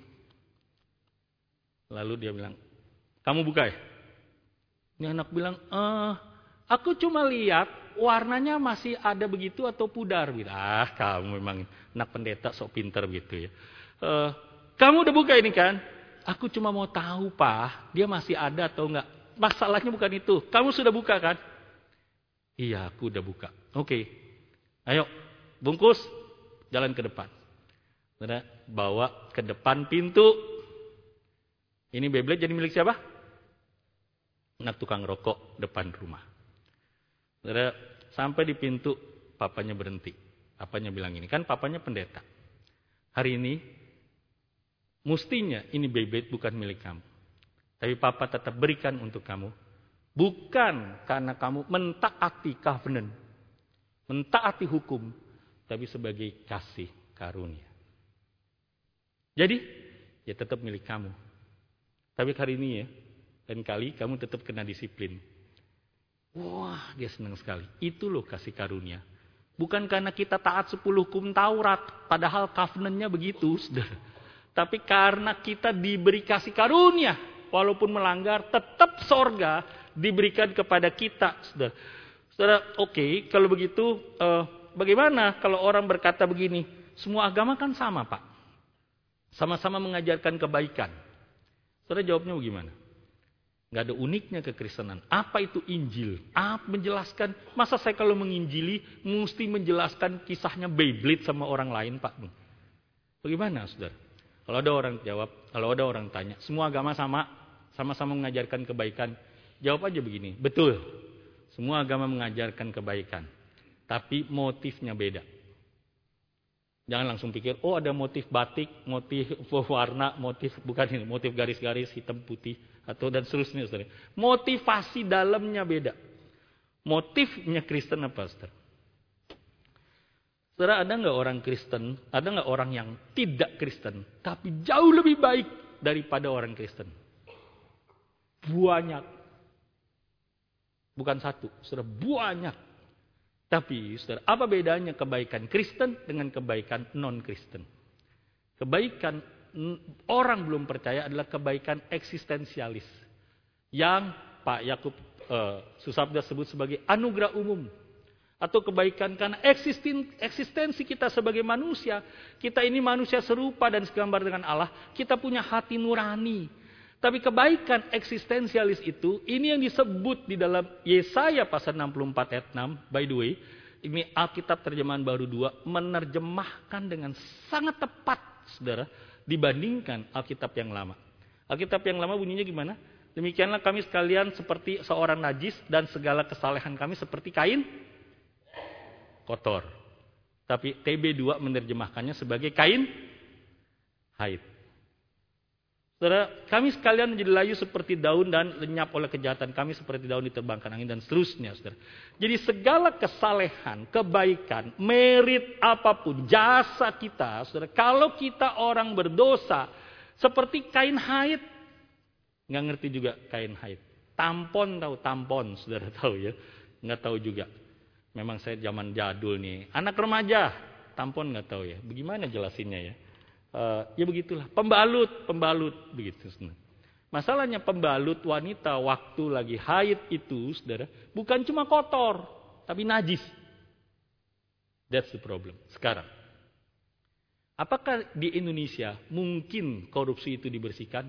Lalu dia bilang, "Kamu buka ya?" Ini anak bilang, eh, "Aku cuma lihat warnanya masih ada begitu atau pudar." Ah, kamu memang anak pendeta sok pinter gitu ya. Eh, "Kamu udah buka ini kan?" "Aku cuma mau tahu Pak, dia masih ada atau enggak." "Masalahnya bukan itu. Kamu sudah buka kan?" "Iya, aku udah buka." "Oke, ayo bungkus, jalan ke depan." Saudara, bawa ke depan pintu. Ini Beyblade jadi milik siapa? Anak tukang rokok depan rumah. Saudara, sampai di pintu, papanya berhenti. Papanya bilang ini, kan papanya pendeta. "Hari ini, mustinya ini Beyblade bukan milik kamu. Tapi papa tetap berikan untuk kamu. Bukan karena kamu mentaati covenant, mentaati hukum, tapi sebagai kasih karunia. Jadi, ya tetap milik kamu. Tapi hari ini ya, lain kali kamu tetap kena disiplin." Wah, dia senang sekali. Itu loh kasih karunia. Bukan karena kita taat sepuluh hukum Taurat, padahal covenantnya begitu, saudara. Tapi karena kita diberi kasih karunia, walaupun melanggar, tetap sorga diberikan kepada kita, saudara. Saudara, oke, okay, kalau begitu, uh, bagaimana kalau orang berkata begini, semua agama kan sama Pak, sama-sama mengajarkan kebaikan. Saudara jawabnya bagaimana? Gak ada uniknya kekristenan. Apa itu Injil? Apa menjelaskan? Masa saya kalau menginjili mesti menjelaskan kisahnya Beyblade sama orang lain Pak? Bagaimana saudara? Kalau ada orang jawab, kalau ada orang tanya, semua agama sama, sama-sama mengajarkan kebaikan. Jawab aja begini, betul. Semua agama mengajarkan kebaikan. Tapi motifnya beda. Jangan langsung pikir, oh ada motif batik, motif warna, motif bukan ini, motif garis-garis hitam putih atau dan seterusnya, saudara. Motivasi dalamnya beda. Motifnya Kristen apa, saudara? Saudara, ada nggak orang Kristen, ada nggak orang yang tidak Kristen, tapi jauh lebih baik daripada orang Kristen? Banyak. Bukan satu, saudara, banyak. Tapi, saudara, apa bedanya kebaikan Kristen dengan kebaikan non-Kristen? Kebaikan orang belum percaya adalah kebaikan eksistensialis. Yang Pak Yakub uh, Susabda sebut sebagai anugerah umum. Atau kebaikan karena eksisten, eksistensi kita sebagai manusia. Kita ini manusia serupa dan segambar dengan Allah. Kita punya hati nurani. Tapi kebaikan eksistensialis itu, ini yang disebut di dalam Yesaya pasal enam puluh empat ayat enam. By the way, ini Alkitab terjemahan baru dua menerjemahkan dengan sangat tepat, saudara, dibandingkan Alkitab yang lama. Alkitab yang lama bunyinya gimana? Demikianlah kami sekalian seperti seorang najis dan segala kesalehan kami seperti kain kotor. Tapi T B dua menerjemahkannya sebagai kain haid. Saudara, kami sekalian menjadi layu seperti daun dan lenyap oleh kejahatan kami seperti daun diterbangkan angin dan seterusnya, saudara. Jadi segala kesalehan, kebaikan, merit apapun, jasa kita, saudara, kalau kita orang berdosa seperti kain haid, nggak ngerti juga kain haid. Tampon tahu tampon, saudara tahu ya? Nggak tahu juga. Memang saya zaman jadul nih. Anak remaja, tampon nggak tahu ya. Bagaimana jelasinnya ya? Uh, ya begitulah, pembalut, pembalut begitu. Saudara. Masalahnya pembalut wanita waktu lagi haid itu, saudara, bukan cuma kotor, tapi najis. That's the problem. Sekarang, apakah di Indonesia mungkin korupsi itu dibersihkan?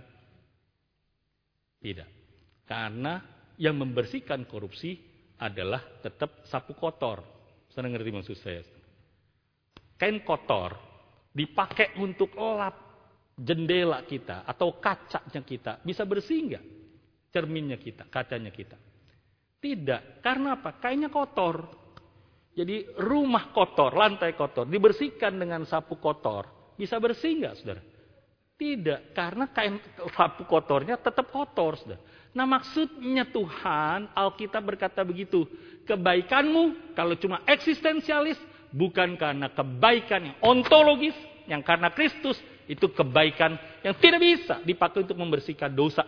Tidak, karena yang membersihkan korupsi adalah tetap sapu kotor. Saudara ngerti maksud saya? Kain kotor dipakai untuk lap jendela kita atau kacanya kita, bisa bersih nggak? Cerminnya kita, kacanya kita. Tidak, karena apa? Kainnya kotor. Jadi rumah kotor, lantai kotor, dibersihkan dengan sapu kotor. Bisa bersih nggak, saudara? Tidak, karena kain sapu kotornya tetap kotor, saudara. Nah maksudnya Tuhan, Alkitab berkata begitu. Kebaikanmu kalau cuma eksistensialis, bukan karena kebaikan yang ontologis, yang karena Kristus, itu kebaikan yang tidak bisa dipakai untuk membersihkan dosa.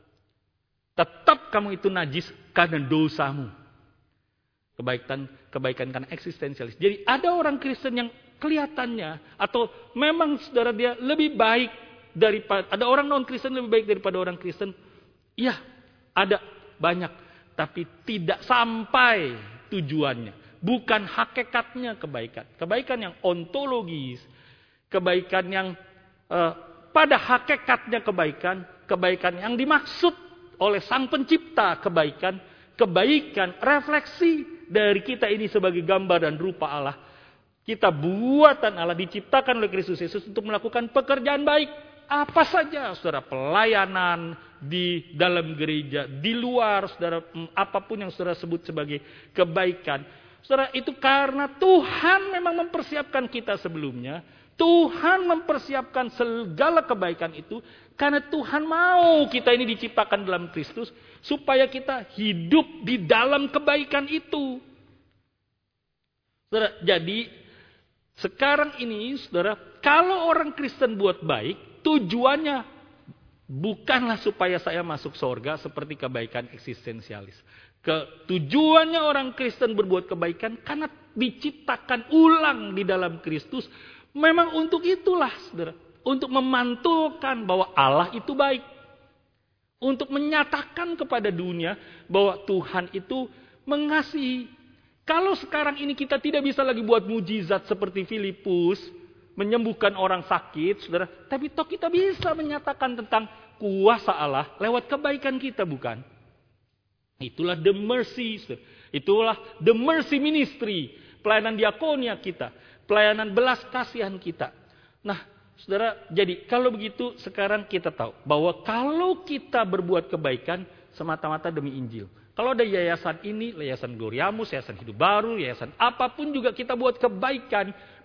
Tetap kamu itu najis karena dosamu. Kebaikan kebaikan karena eksistensialis. Jadi ada orang Kristen yang kelihatannya, atau memang saudara dia lebih baik daripada, ada orang non-Kristen lebih baik daripada orang Kristen. Iya, ada banyak. Tapi tidak sampai tujuannya. Bukan hakikatnya kebaikan. Kebaikan yang ontologis. Kebaikan yang uh, pada hakikatnya kebaikan. Kebaikan yang dimaksud oleh Sang Pencipta kebaikan. Kebaikan refleksi dari kita ini sebagai gambar dan rupa Allah. Kita buatan Allah, diciptakan oleh Kristus Yesus untuk melakukan pekerjaan baik. Apa saja, saudara, pelayanan di dalam gereja, di luar, saudara, apapun yang saudara sebut sebagai kebaikan. Saudara, itu karena Tuhan memang mempersiapkan kita sebelumnya. Tuhan mempersiapkan segala kebaikan itu. Karena Tuhan mau kita ini diciptakan dalam Kristus. Supaya kita hidup di dalam kebaikan itu. Saudara, jadi sekarang ini, saudara, kalau orang Kristen buat baik, tujuannya bukanlah supaya saya masuk surga seperti kebaikan eksistensialis. Ke, tujuannya orang Kristen berbuat kebaikan karena diciptakan ulang di dalam Kristus. Memang untuk itulah, saudara. Untuk memantulkan bahwa Allah itu baik. Untuk menyatakan kepada dunia bahwa Tuhan itu mengasihi. Kalau sekarang ini kita tidak bisa lagi buat mujizat seperti Filipus, menyembuhkan orang sakit, saudara. Tapi toh kita bisa menyatakan tentang kuasa Allah lewat kebaikan kita, bukan? Itulah the mercy. Itulah the mercy ministry. Pelayanan diakonia kita. Pelayanan belas kasihan kita. Nah, saudara, jadi kalau begitu sekarang kita tahu bahwa kalau kita berbuat kebaikan semata-mata demi Injil. Kalau ada yayasan ini, yayasan Gloriamus, yayasan Hidup Baru, yayasan apapun juga kita buat kebaikan.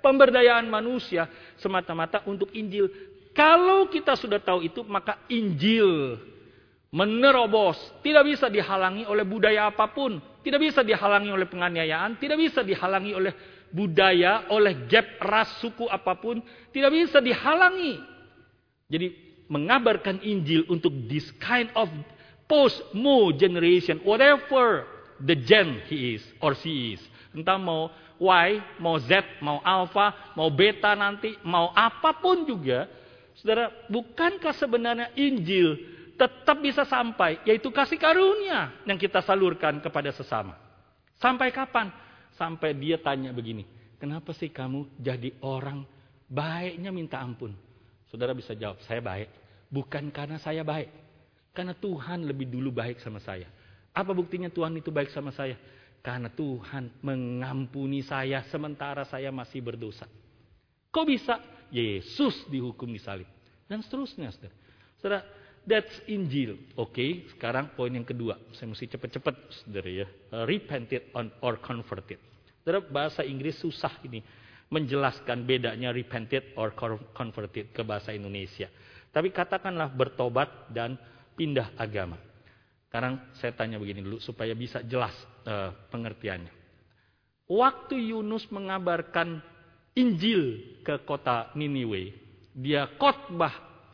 pemberdayaan manusia semata-mata untuk Injil. Kalau kita sudah tahu itu, maka Injil menerobos, tidak bisa dihalangi oleh budaya apapun, tidak bisa dihalangi oleh penganiayaan, tidak bisa dihalangi oleh budaya, oleh gap ras suku apapun, tidak bisa dihalangi. Jadi mengabarkan Injil untuk this kind of post-mo generation, whatever the gen he is or she is, entah mau Y, mau Z, mau Alpha, mau Beta nanti, mau apapun juga, saudara, bukankah sebenarnya Injil tetap bisa sampai, yaitu kasih karunia yang kita salurkan kepada sesama. Sampai kapan? Sampai dia tanya begini, kenapa sih kamu jadi orang baiknya minta ampun? Saudara bisa jawab, saya baik. Bukan karena saya baik. Karena Tuhan lebih dulu baik sama saya. Apa buktinya Tuhan itu baik sama saya? Karena Tuhan mengampuni saya sementara saya masih berdosa. Kok bisa? Yesus dihukum di salib. Dan seterusnya, saudara. Saudara, that's Injil. Oke, okay, sekarang poin yang kedua. Saya mesti cepat-cepat, saudara ya. Repented or converted. Saudara, bahasa Inggris susah ini menjelaskan bedanya repented or converted ke bahasa Indonesia. Tapi katakanlah bertobat dan pindah agama. Sekarang saya tanya begini dulu supaya bisa jelas uh, pengertiannya. Waktu Yunus mengabarkan Injil ke kota Niniwe, dia khotbah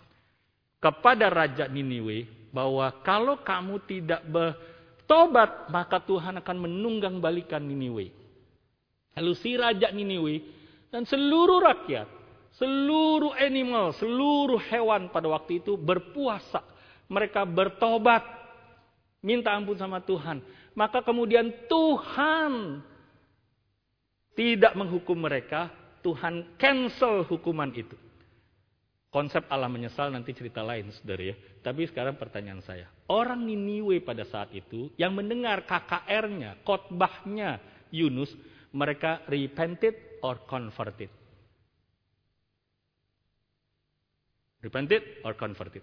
kepada Raja Niniwe bahwa kalau kamu tidak bertobat, maka Tuhan akan menunggang balikan Niniwe. Lalu si Raja Niniwe dan seluruh rakyat, seluruh animal, seluruh hewan pada waktu itu berpuasa. Mereka bertobat, minta ampun sama Tuhan. Maka kemudian Tuhan tidak menghukum mereka, Tuhan cancel hukuman itu. Konsep Allah menyesal nanti cerita lain, saudara ya. Tapi sekarang pertanyaan saya, orang Niniwe pada saat itu yang mendengar K K R-nya, khotbahnya Yunus, mereka repented or converted? Repented or converted?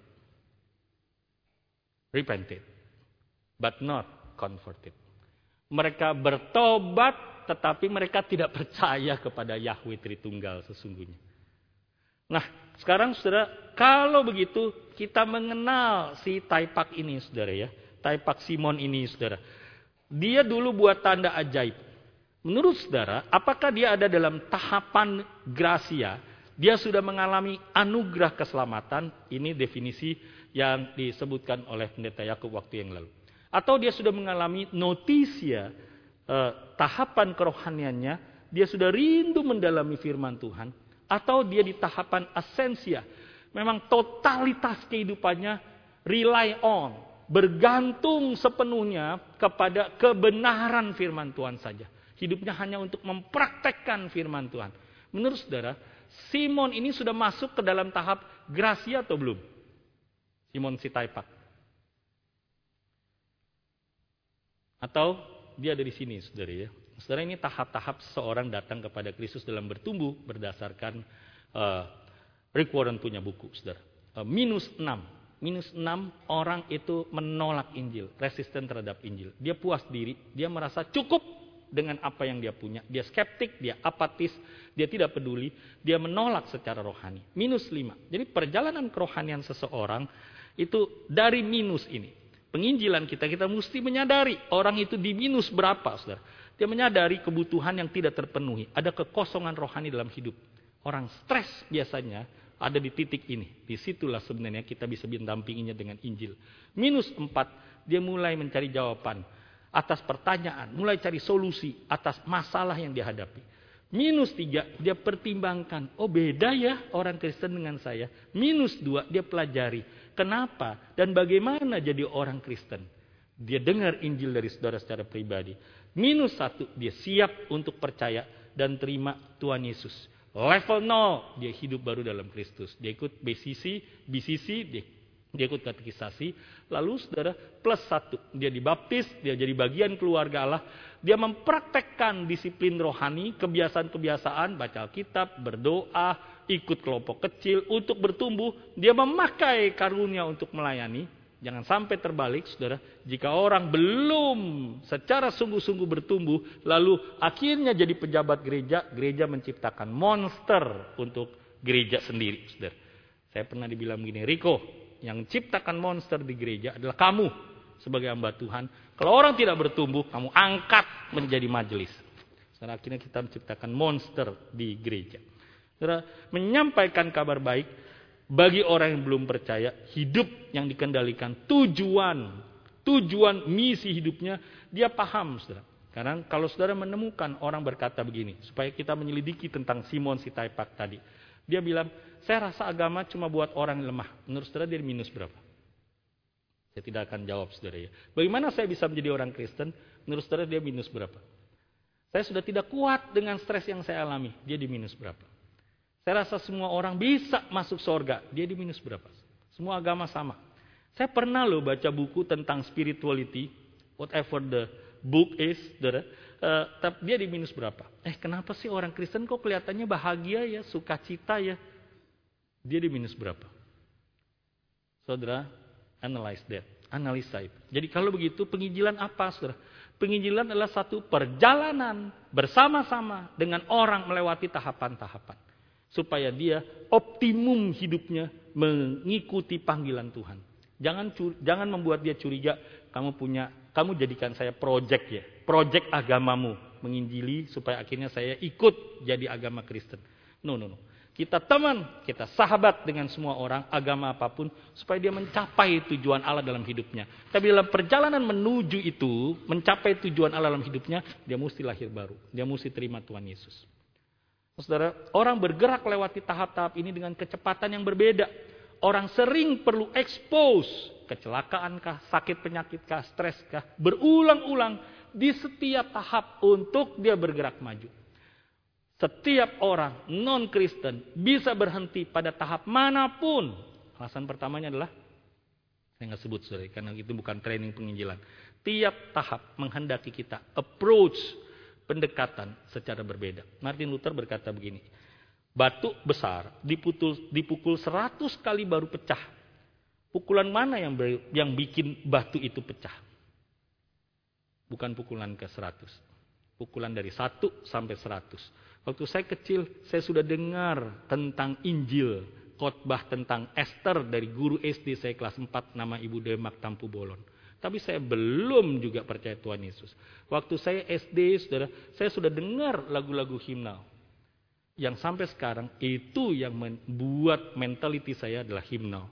Repented, but not converted. Mereka bertobat, tetapi mereka tidak percaya kepada Yahweh Tritunggal sesungguhnya. Nah, sekarang saudara, kalau begitu kita mengenal si Taipak ini, saudara ya. Taipak Simon ini, saudara. Dia dulu buat tanda ajaib. Menurut saudara, apakah dia ada dalam tahapan gracia? Dia sudah mengalami anugerah keselamatan. Ini definisi yang disebutkan oleh Pendeta Yakub waktu yang lalu. Atau dia sudah mengalami notisia, eh, tahapan kerohaniannya. Dia sudah rindu mendalami firman Tuhan. Atau dia di tahapan asensia. Memang totalitas kehidupannya rely on, bergantung sepenuhnya kepada kebenaran firman Tuhan saja. Hidupnya hanya untuk mempraktekkan firman Tuhan. Menurut saudara, Simon ini sudah masuk ke dalam tahap gracia atau belum? Simon si Taipak. Atau dia dari sini, saudara ya. Saudara, ini tahap-tahap seorang datang kepada Kristus dalam bertumbuh berdasarkan uh, Rick Warren punya buku, saudara. Uh, minus enam. Minus enam orang itu menolak Injil, resisten terhadap Injil. Dia puas diri, dia merasa cukup dengan apa yang dia punya. Dia skeptik, dia apatis, dia tidak peduli, dia menolak secara rohani. Minus lima. Jadi perjalanan kerohanian seseorang itu dari minus ini. Penginjilan kita, kita mesti menyadari orang itu di minus berapa, saudara. Dia menyadari kebutuhan yang tidak terpenuhi. Ada kekosongan rohani dalam hidup. Orang stres biasanya ada di titik ini. Disitulah sebenarnya kita bisa mendampinginya dengan Injil. Minus empat, dia mulai mencari jawaban atas pertanyaan, mulai cari solusi atas masalah yang dihadapi. Minus tiga, dia pertimbangkan, oh beda ya orang Kristen dengan saya. Minus dua, dia pelajari kenapa dan bagaimana jadi orang Kristen. Dia dengar Injil dari saudara secara pribadi. Minus satu, dia siap untuk percaya dan terima Tuhan Yesus. Level nol, dia hidup baru dalam Kristus. Dia ikut B C C, B C C, dia, dia ikut katekisasi. Lalu saudara, plus satu, dia dibaptis, dia jadi bagian keluarga Allah. Dia mempraktekkan disiplin rohani, kebiasaan-kebiasaan, baca Alkitab, berdoa, ikut kelompok kecil untuk bertumbuh. Dia memakai karunia untuk melayani. Jangan sampai terbalik, saudara. Jika orang belum secara sungguh-sungguh bertumbuh, lalu akhirnya jadi pejabat gereja, gereja menciptakan monster untuk gereja sendiri, saudara. Saya pernah dibilang begini, Riko, yang ciptakan monster di gereja adalah kamu sebagai hamba Tuhan. Kalau orang tidak bertumbuh, kamu angkat menjadi majelis. Saudara, akhirnya kita menciptakan monster di gereja. Saudara, menyampaikan kabar baik bagi orang yang belum percaya, hidup yang dikendalikan tujuan, tujuan misi hidupnya, dia paham, saudara. Karena kalau saudara menemukan orang berkata begini, supaya kita menyelidiki tentang Simon si Taipak tadi. Dia bilang, saya rasa agama cuma buat orang yang lemah. Menurut saudara dia minus berapa? Saya tidak akan jawab, saudara ya. Bagaimana saya bisa menjadi orang Kristen? Menurut saudara dia minus berapa? Saya sudah tidak kuat dengan stres yang saya alami. Dia di minus berapa? Saya rasa semua orang bisa masuk surga. Dia di minus berapa? Semua agama sama. Saya pernah loh baca buku tentang spirituality. Whatever the book is. Saudara. Uh, dia di minus berapa? Eh kenapa sih orang Kristen kok kelihatannya bahagia ya, sukacita ya? Dia di minus berapa? Saudara, analyze that. Analisa itu. Jadi kalau begitu penginjilan apa, saudara? Penginjilan adalah satu perjalanan bersama-sama dengan orang melewati tahapan-tahapan. Supaya dia optimum hidupnya mengikuti panggilan Tuhan. Jangan jangan membuat dia curiga, kamu punya, kamu jadikan saya project ya. Project agamamu, menginjili supaya akhirnya saya ikut jadi agama Kristen. No, no, no. Kita teman, kita sahabat dengan semua orang, agama apapun, supaya dia mencapai tujuan Allah dalam hidupnya. Tapi dalam perjalanan menuju itu, mencapai tujuan Allah dalam hidupnya, dia mesti lahir baru. Dia mesti terima Tuhan Yesus. Saudara, orang bergerak lewati tahap-tahap ini dengan kecepatan yang berbeda. Orang sering perlu expose, kecelakaan kah, sakit penyakit kah, stres kah, berulang-ulang di setiap tahap untuk dia bergerak maju. Setiap orang non-Kristen bisa berhenti pada tahap manapun. Alasan pertamanya adalah, saya nggak sebut saudara, karena itu bukan training penginjilan. Tiap tahap menghendaki kita approach pendekatan secara berbeda. Martin Luther berkata begini, batu besar dipukul, dipukul seratus kali baru pecah. Pukulan mana yang ber, yang bikin batu itu pecah? Bukan pukulan ke seratus. Pukulan dari satu sampai seratus. Waktu saya kecil, saya sudah dengar tentang Injil, khotbah tentang Esther dari guru S D saya kelas empat, nama Ibu Demak Tampu Bolon. Tapi saya belum juga percaya Tuhan Yesus. Waktu saya S D, saudara, saya sudah dengar lagu-lagu himnal. Yang sampai sekarang, itu yang membuat mentality saya adalah himnal.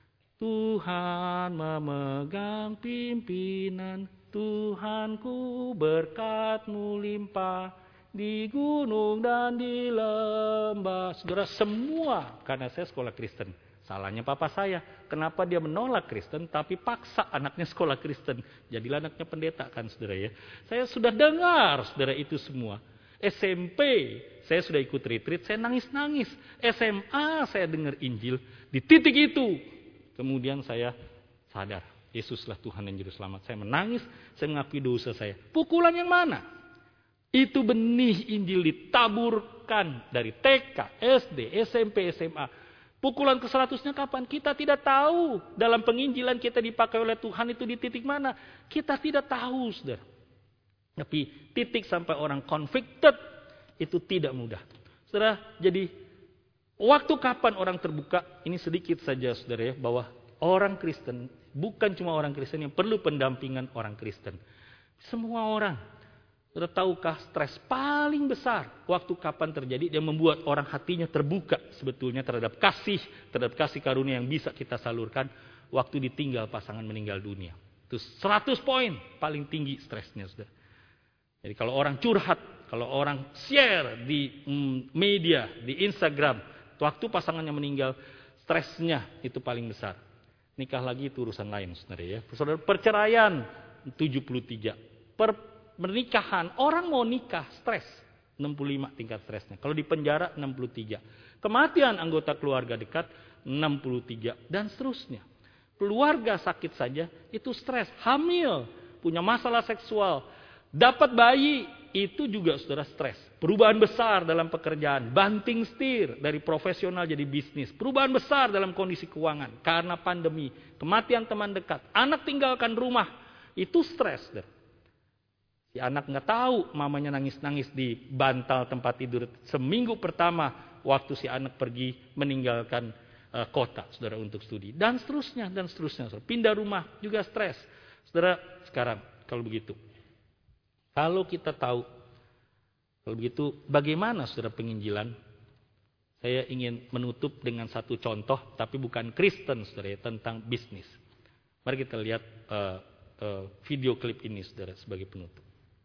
Tuhan memegang pimpinan, Tuhanku berkat-Mu limpah, di gunung dan di lembah. Saudara, semua karena saya sekolah Kristen. Salahnya papa saya. Kenapa dia menolak Kristen tapi paksa anaknya sekolah Kristen. Jadilah anaknya pendeta kan saudara ya. Saya sudah dengar saudara itu semua. S M P saya sudah ikut retreat, saya nangis-nangis. S M A saya dengar Injil. Di titik itu kemudian saya sadar. Yesuslah Tuhan dan Juru Selamat. Saya menangis, saya mengakui dosa saya. Pukulan yang mana? Itu benih Injil ditaburkan dari T K, S D, S M P, S M A. Pukulan ke seratusnya kapan? Kita tidak tahu. Dalam penginjilan kita dipakai oleh Tuhan itu di titik mana? Kita tidak tahu, saudara. Tapi titik sampai orang convicted itu tidak mudah. Saudara, jadi waktu kapan orang terbuka? Ini sedikit saja, saudara ya, bahwa orang Kristen, bukan cuma orang Kristen yang perlu pendampingan orang Kristen. Semua orang. Sudah tahukah stres paling besar waktu kapan terjadi yang membuat orang hatinya terbuka sebetulnya terhadap kasih, terhadap kasih karunia yang bisa kita salurkan waktu ditinggal pasangan meninggal dunia. Itu seratus poin paling tinggi stresnya, saudara. Jadi kalau orang curhat, kalau orang share di mm, media, di Instagram, waktu pasangannya meninggal, stresnya itu paling besar. Nikah lagi itu urusan lain, saudara ya. Saudara, perceraian tujuh puluh tiga. Per Pernikahan, orang mau nikah, stres. enam puluh lima tingkat stresnya. Kalau di penjara, enam puluh tiga. Kematian anggota keluarga dekat, enam puluh tiga. Dan seterusnya. Keluarga sakit saja, itu stres. Hamil, punya masalah seksual. Dapat bayi, itu juga saudara stres. Perubahan besar dalam pekerjaan, banting setir dari profesional jadi bisnis. Perubahan besar dalam kondisi keuangan karena pandemi, kematian teman dekat, anak tinggalkan rumah, itu stres. Si anak nggak tahu mamanya nangis-nangis di bantal tempat tidur seminggu pertama waktu si anak pergi meninggalkan uh, kota, saudara, untuk studi. Dan seterusnya, dan seterusnya. Saudara. Pindah rumah juga stres. Saudara, sekarang kalau begitu, kalau kita tahu, kalau begitu, bagaimana saudara penginjilan? Saya ingin menutup dengan satu contoh, tapi bukan Kristen, saudara, ya, tentang bisnis. Mari kita lihat uh, uh, video klip ini, saudara, sebagai penutup.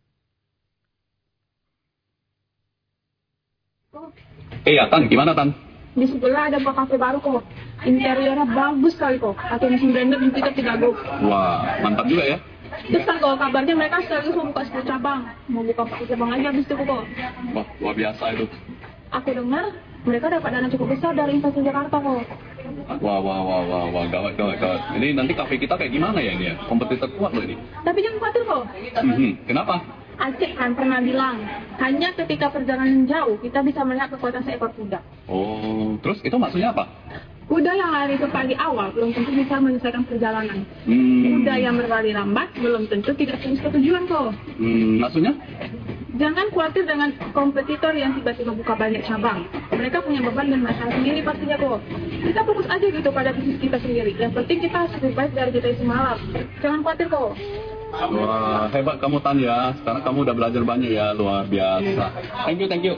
Iya, Tan, gimana, Tan? Di sebelah ada buah kafe baru kok. Interiornya bagus sekali kok. Pakai mesin blender dan kita tidak go. Wah, mantap juga ya. Terus kan kalau kabarnya mereka sekaligus mau buka sepuluh cabang. Mau buka sepuluh cabang aja habis itu kok. Wah, luar biasa itu. Aku dengar mereka dapat dana cukup besar dari investasi Jakarta kok. Wah, wah, wah, wah, wah, gawat, gawat, gawat. Ini nanti kafe kita kayak gimana ya ini ya? Kompetitor kuat loh ini. Tapi jangan khawatir kok. Mm-hmm. Kenapa? Acik kan pernah bilang, hanya ketika perjalanan jauh kita bisa melihat kekuatan seekor kuda. Oh, terus itu maksudnya apa? Kuda yang lari ke pagi awal belum tentu bisa menyelesaikan perjalanan. Hmm. Kuda yang berlari lambat belum tentu tidak finish ke tujuan kok. Hmm, maksudnya? Jangan khawatir dengan kompetitor yang tiba-tiba buka banyak cabang. Mereka punya beban dan masalah sendiri pastinya kok. Kita fokus aja gitu pada bisnis kita sendiri. Yang penting kita harus lebih baik dari kita semalam. Jangan khawatir kok. Wah, hebat kamu, Tan, ya. Sekarang kamu udah belajar banyak ya, luar biasa. Thank you, thank you.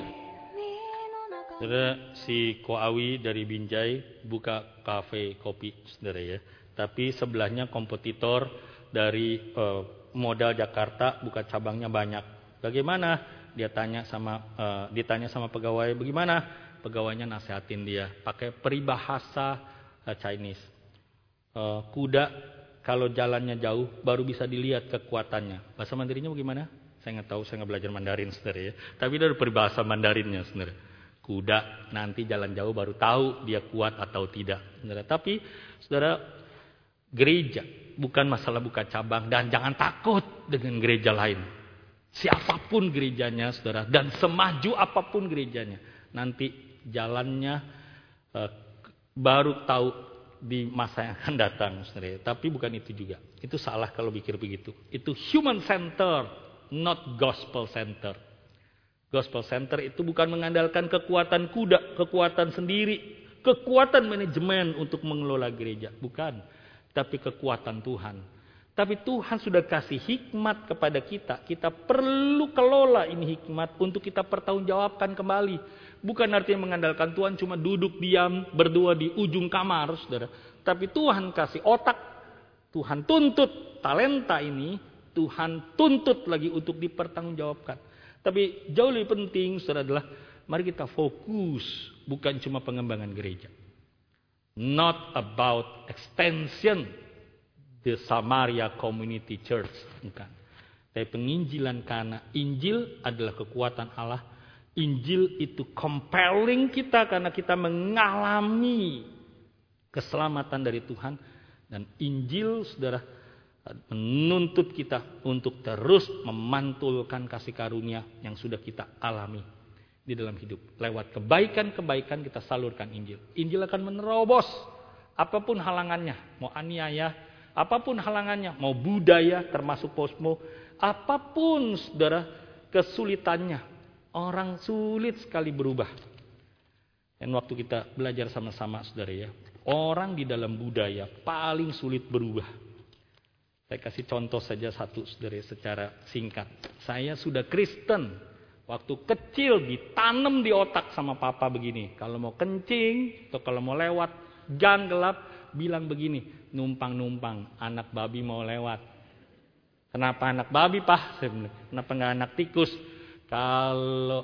Saudara, si Ko Awi dari Binjai buka kafe kopi, saudara ya. Tapi sebelahnya kompetitor dari uh, modal Jakarta buka cabangnya banyak. Bagaimana? Dia tanya sama uh, ditanya sama pegawai, bagaimana? Pegawainya nasihatin dia pakai peribahasa uh, Chinese. Uh, kuda kalau jalannya jauh baru bisa dilihat kekuatannya. Bahasa Mandarinnya bagaimana? Saya nggak tahu, saya nggak belajar Mandarin, saudara ya. Tapi itu ada peribahasa Mandarinnya, saudara. Kuda nanti jalan jauh baru tahu dia kuat atau tidak, saudara. Tapi, saudara, gereja bukan masalah buka cabang, dan jangan takut dengan gereja lain. Siapapun gerejanya, saudara, dan semaju apapun gerejanya, nanti jalannya uh, baru tahu di masa yang akan datang, saudara. Tapi bukan itu juga. Itu salah kalau pikir begitu. Itu human center, not gospel center. Gospel center itu bukan mengandalkan kekuatan kuda, kekuatan sendiri, kekuatan manajemen untuk mengelola gereja, bukan. Tapi kekuatan Tuhan. Tapi Tuhan sudah kasih hikmat kepada kita. Kita perlu kelola ini hikmat untuk kita pertanggungjawabkan kembali. Bukan artinya mengandalkan Tuhan cuma duduk diam berdua di ujung kamar, saudara. Tapi Tuhan kasih otak, Tuhan tuntut talenta ini, Tuhan tuntut lagi untuk dipertanggungjawabkan. Tapi jauh lebih penting, saudara, adalah mari kita fokus bukan cuma pengembangan gereja. Not about extension the Samaria Community Church, bukan. Tapi penginjilan, karena Injil adalah kekuatan Allah. Injil itu compelling kita karena kita mengalami keselamatan dari Tuhan. Dan Injil, saudara, menuntut kita untuk terus memantulkan kasih karunia yang sudah kita alami di dalam hidup. Lewat kebaikan-kebaikan kita salurkan Injil. Injil akan menerobos apapun halangannya. Mau aniaya, apapun halangannya. Mau budaya termasuk posmo. Apapun, saudara, kesulitannya. Orang sulit sekali berubah. Dan waktu kita belajar sama-sama, saudara ya. Orang di dalam budaya paling sulit berubah. Saya kasih contoh saja satu, saudara, secara singkat. Saya sudah Kristen. Waktu kecil ditanam di otak sama papa begini. Kalau mau kencing atau kalau mau lewat gang gelap, bilang begini, numpang-numpang, anak babi mau lewat. Kenapa anak babi, Pak? Saya bilang, kenapa nggak anak tikus? Kalau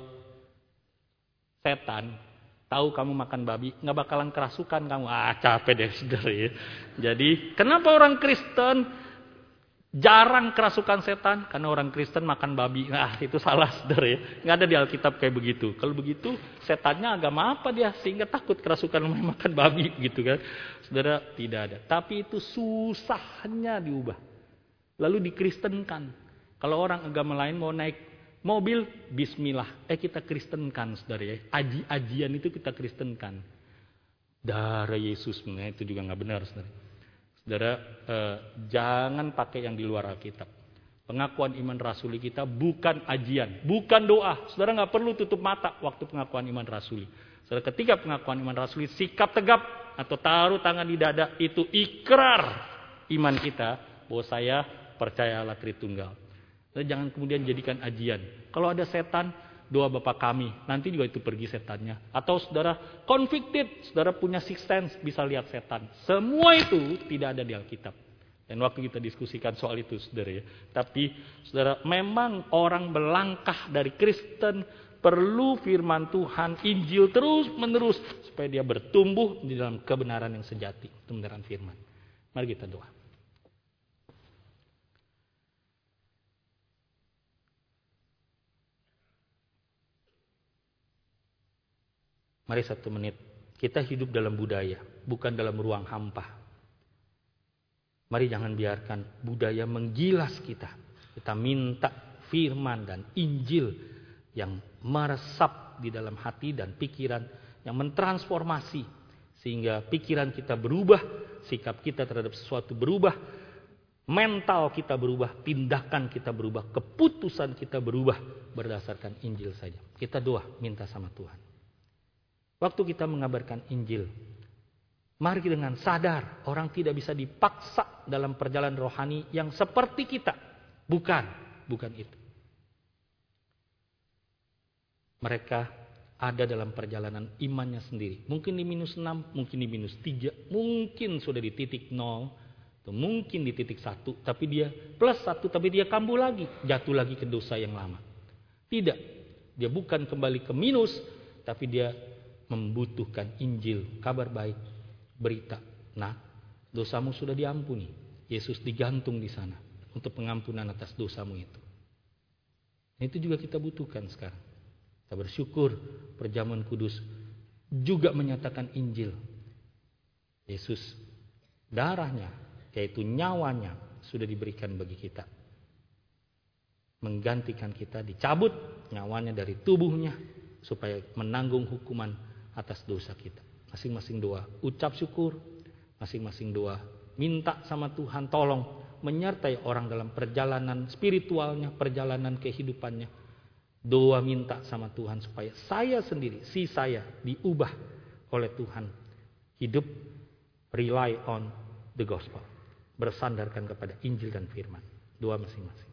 setan tahu kamu makan babi, nggak bakalan kerasukan kamu. Ah, capek deh, saudara ya. Jadi, kenapa orang Kristen jarang kerasukan setan? Karena orang Kristen makan babi. Nah, itu salah, saudara ya. Nggak ada di Alkitab kayak begitu. Kalau begitu, setannya agama apa dia? Sehingga takut kerasukan makan babi, gitu kan. Saudara, tidak ada. Tapi itu susahnya diubah. Lalu dikristenkan. Kalau orang agama lain mau naik Mobil, bismillah. Eh kita kristenkan, saudara ya. Aji-ajian itu kita kristenkan. Darah Yesus, nah, itu juga nggak benar, saudara. Saudara, eh, jangan pakai yang di luar Alkitab. Pengakuan iman rasuli kita bukan ajian, bukan doa. Saudara nggak perlu tutup mata waktu pengakuan iman rasuli. Saudara, ketika pengakuan iman rasuli, sikap tegap atau taruh tangan di dada, itu ikrar iman kita bahwa saya percaya Allah Tritunggal. Saudara, jangan kemudian jadikan ajian. Kalau ada setan, doa Bapa kami, nanti juga itu pergi setannya. Atau saudara convicted, saudara punya sixth sense, bisa lihat setan. Semua itu tidak ada di Alkitab. Dan waktu kita diskusikan soal itu, saudara ya. Tapi saudara, memang orang melangkah dari Kristen perlu firman Tuhan, Injil terus menerus supaya dia bertumbuh di dalam kebenaran yang sejati, kebenaran firman. Mari kita doa. Mari satu menit. Kita hidup dalam budaya, bukan dalam ruang hampa. Mari jangan biarkan budaya menggilas kita. Kita minta firman dan Injil yang meresap di dalam hati dan pikiran, yang mentransformasi. Sehingga pikiran kita berubah, sikap kita terhadap sesuatu berubah, mental kita berubah, tindakan kita berubah, keputusan kita berubah berdasarkan Injil saja. Kita doa, minta sama Tuhan. Waktu kita mengabarkan Injil, mari dengan sadar orang tidak bisa dipaksa dalam perjalanan rohani yang seperti kita. Bukan, bukan itu. Mereka ada dalam perjalanan imannya sendiri. Mungkin di minus enam, mungkin di minus tiga, mungkin sudah di titik nol, atau mungkin di titik satu, tapi dia plus satu, tapi dia kambuh lagi, jatuh lagi ke dosa yang lama. Tidak, dia bukan kembali ke minus, tapi dia membutuhkan Injil, kabar baik, berita. Nah, dosamu sudah diampuni. Yesus digantung di sana untuk pengampunan atas dosamu itu. Itu juga kita butuhkan sekarang. Kita bersyukur perjamuan kudus juga menyatakan Injil. Yesus, darahnya, yaitu nyawanya, sudah diberikan bagi kita. Menggantikan kita, dicabut nyawanya dari tubuhnya, supaya menanggung hukuman atas dosa kita. Masing-masing doa ucap syukur, masing-masing doa minta sama Tuhan tolong menyertai orang dalam perjalanan spiritualnya, perjalanan kehidupannya. Doa minta sama Tuhan supaya saya sendiri, si saya diubah oleh Tuhan. Hidup rely on the gospel, bersandarkan kepada Injil dan firman. Doa masing-masing.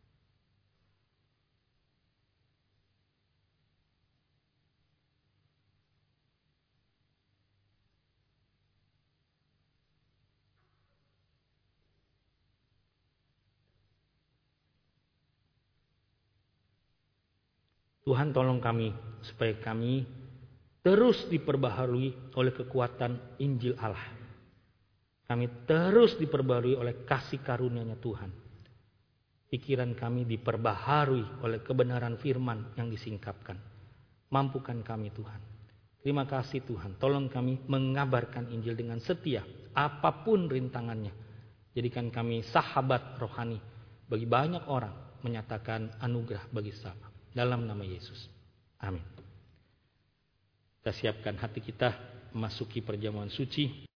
Tuhan tolong kami supaya kami terus diperbaharui oleh kekuatan Injil Allah. Kami terus diperbaharui oleh kasih karunia-Nya Tuhan. Pikiran kami diperbaharui oleh kebenaran firman yang disingkapkan. Mampukan kami Tuhan. Terima kasih Tuhan. Tolong kami mengabarkan Injil dengan setia. Apapun rintangannya. Jadikan kami sahabat rohani bagi banyak orang, menyatakan anugerah bagi sesama. Dalam nama Yesus. Amin. Kita siapkan hati kita memasuki perjamuan suci.